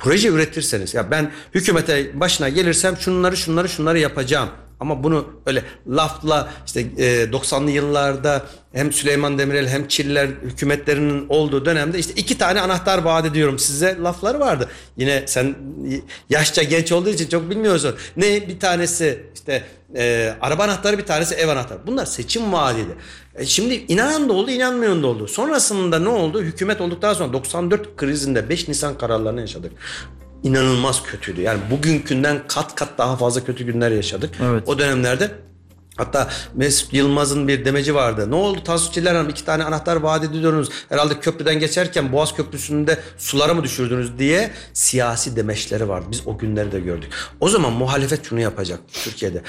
proje üretirseniz, ya ben hükümete başına gelirsem şunları yapacağım. Ama bunu öyle lafla işte 90'lı yıllarda hem Süleyman Demirel hem Çiller hükümetlerinin olduğu dönemde işte 2 tane anahtar vaat ediyorum size lafları vardı. Yine sen yaşça genç olduğu için çok bilmiyorsun. Ne bir tanesi işte araba anahtarı, bir tanesi ev anahtarı. Bunlar seçim vaadiydi. Şimdi inanan da oldu, inanmayan da oldu. Sonrasında ne oldu? Hükümet olduktan sonra 94 krizinde 5 Nisan kararlarını yaşadık. İnanılmaz kötüydü. Yani bugünkünden kat kat daha fazla kötü günler yaşadık. Evet. O dönemlerde hatta Mesut Yılmaz'ın bir demeci vardı. Ne oldu Tansu Çiller Hanım, 2 tane anahtar vaat ediyorsunuz. Herhalde köprüden geçerken Boğaz Köprüsü'nde sulara mı düşürdünüz diye siyasi demeçleri vardı. Biz o günleri de gördük. O zaman muhalefet şunu yapacak Türkiye'de.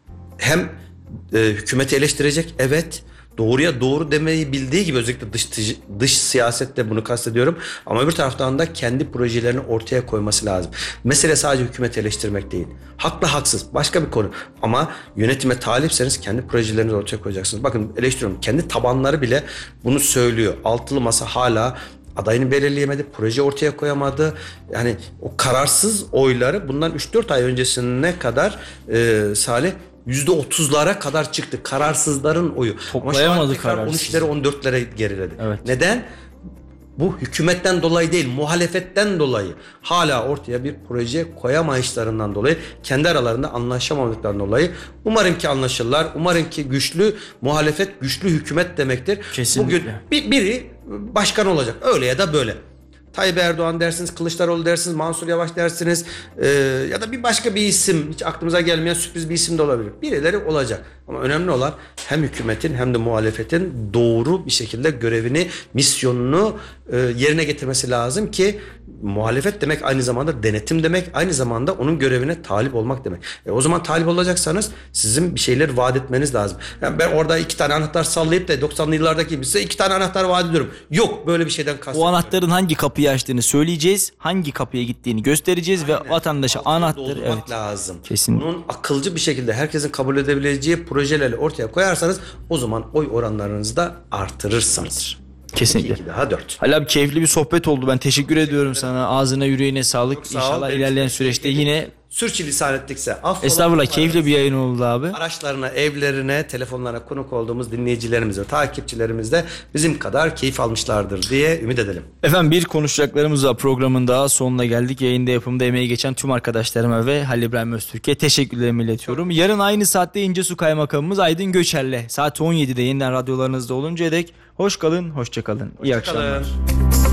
Hem hükümeti eleştirecek, evet. Doğruya doğru demeyi bildiği gibi, özellikle dış siyasette bunu kastediyorum. Ama öbür taraftan da kendi projelerini ortaya koyması lazım. Mesele sadece hükümeti eleştirmek değil. Haklı haksız başka bir konu. Ama yönetime talipseniz kendi projelerinizi ortaya koyacaksınız. Bakın eleştiriyorum. Kendi tabanları bile bunu söylüyor. Altılı Masa hala adayını belirleyemedi, proje ortaya koyamadı. Yani o kararsız oyları bundan 3-4 ay öncesine kadar Salih %30'lara kadar çıktı. Kararsızların oyu. Toplayamadı kararsız. 13'lere 14'lere geriledi. Evet. Neden? Bu hükümetten dolayı değil, muhalefetten dolayı. Hala ortaya bir proje koyamayışlarından dolayı, kendi aralarında anlaşamadıklarından dolayı. Umarım ki anlaşırlar. Umarım ki güçlü muhalefet, güçlü hükümet demektir. Kesinlikle. Bugün biri başkan olacak. Öyle ya da böyle. Tayyip Erdoğan dersiniz, Kılıçdaroğlu dersiniz, Mansur Yavaş dersiniz ya da bir başka bir isim, hiç aklımıza gelmeyen sürpriz bir isim de olabilir. Birileri olacak. Ama önemli olan hem hükümetin hem de muhalefetin doğru bir şekilde görevini, misyonunu yerine getirmesi lazım ki muhalefet demek aynı zamanda denetim demek, aynı zamanda onun görevine talip olmak demek. O zaman talip olacaksanız sizin bir şeyler vaat etmeniz lazım. Yani ben orada 2 tane anahtar sallayıp da 90'lı yıllardaki gibi size 2 tane anahtar vaat ediyorum. Yok, böyle bir şeyden kastediyorum. O anahtarın hangi kapıyı açtığını söyleyeceğiz. Hangi kapıya gittiğini göstereceğiz ve vatandaşa anahtarı lazım. Kesinlikle. Bunun akılcı bir şekilde herkesin kabul edebileceği projelerle ortaya koyarsanız o zaman oy oranlarınızı da artırırsınız. Kesinlikle. 2 daha 4. Hala abi keyifli bir sohbet oldu. Ben teşekkür ediyorum sana. Ağzına yüreğine sağlık. Çok sağ ol. İnşallah Benim ilerleyen için süreçte keyifli. yine Sürçülisan ettikse affola. estağfurullah keyifli bir yayın oldu abi. Araçlarına, evlerine, telefonlarına konuk olduğumuz dinleyicilerimiz ve takipçilerimiz de bizim kadar keyif almışlardır diye ümit edelim. Efendim bir konuşacaklarımız var, programın daha sonuna geldik. Yayında yapımda emeği geçen tüm arkadaşlarıma ve Halil İbrahim Öztürk'e teşekkürlerimi iletiyorum. Yarın aynı saatte İncesu Kaymakamımız Aydın Göçer'le saat 17'de yeniden radyolarınızda oluncaya dek hoş kalın, hoşça kalın. İyi akşamlar.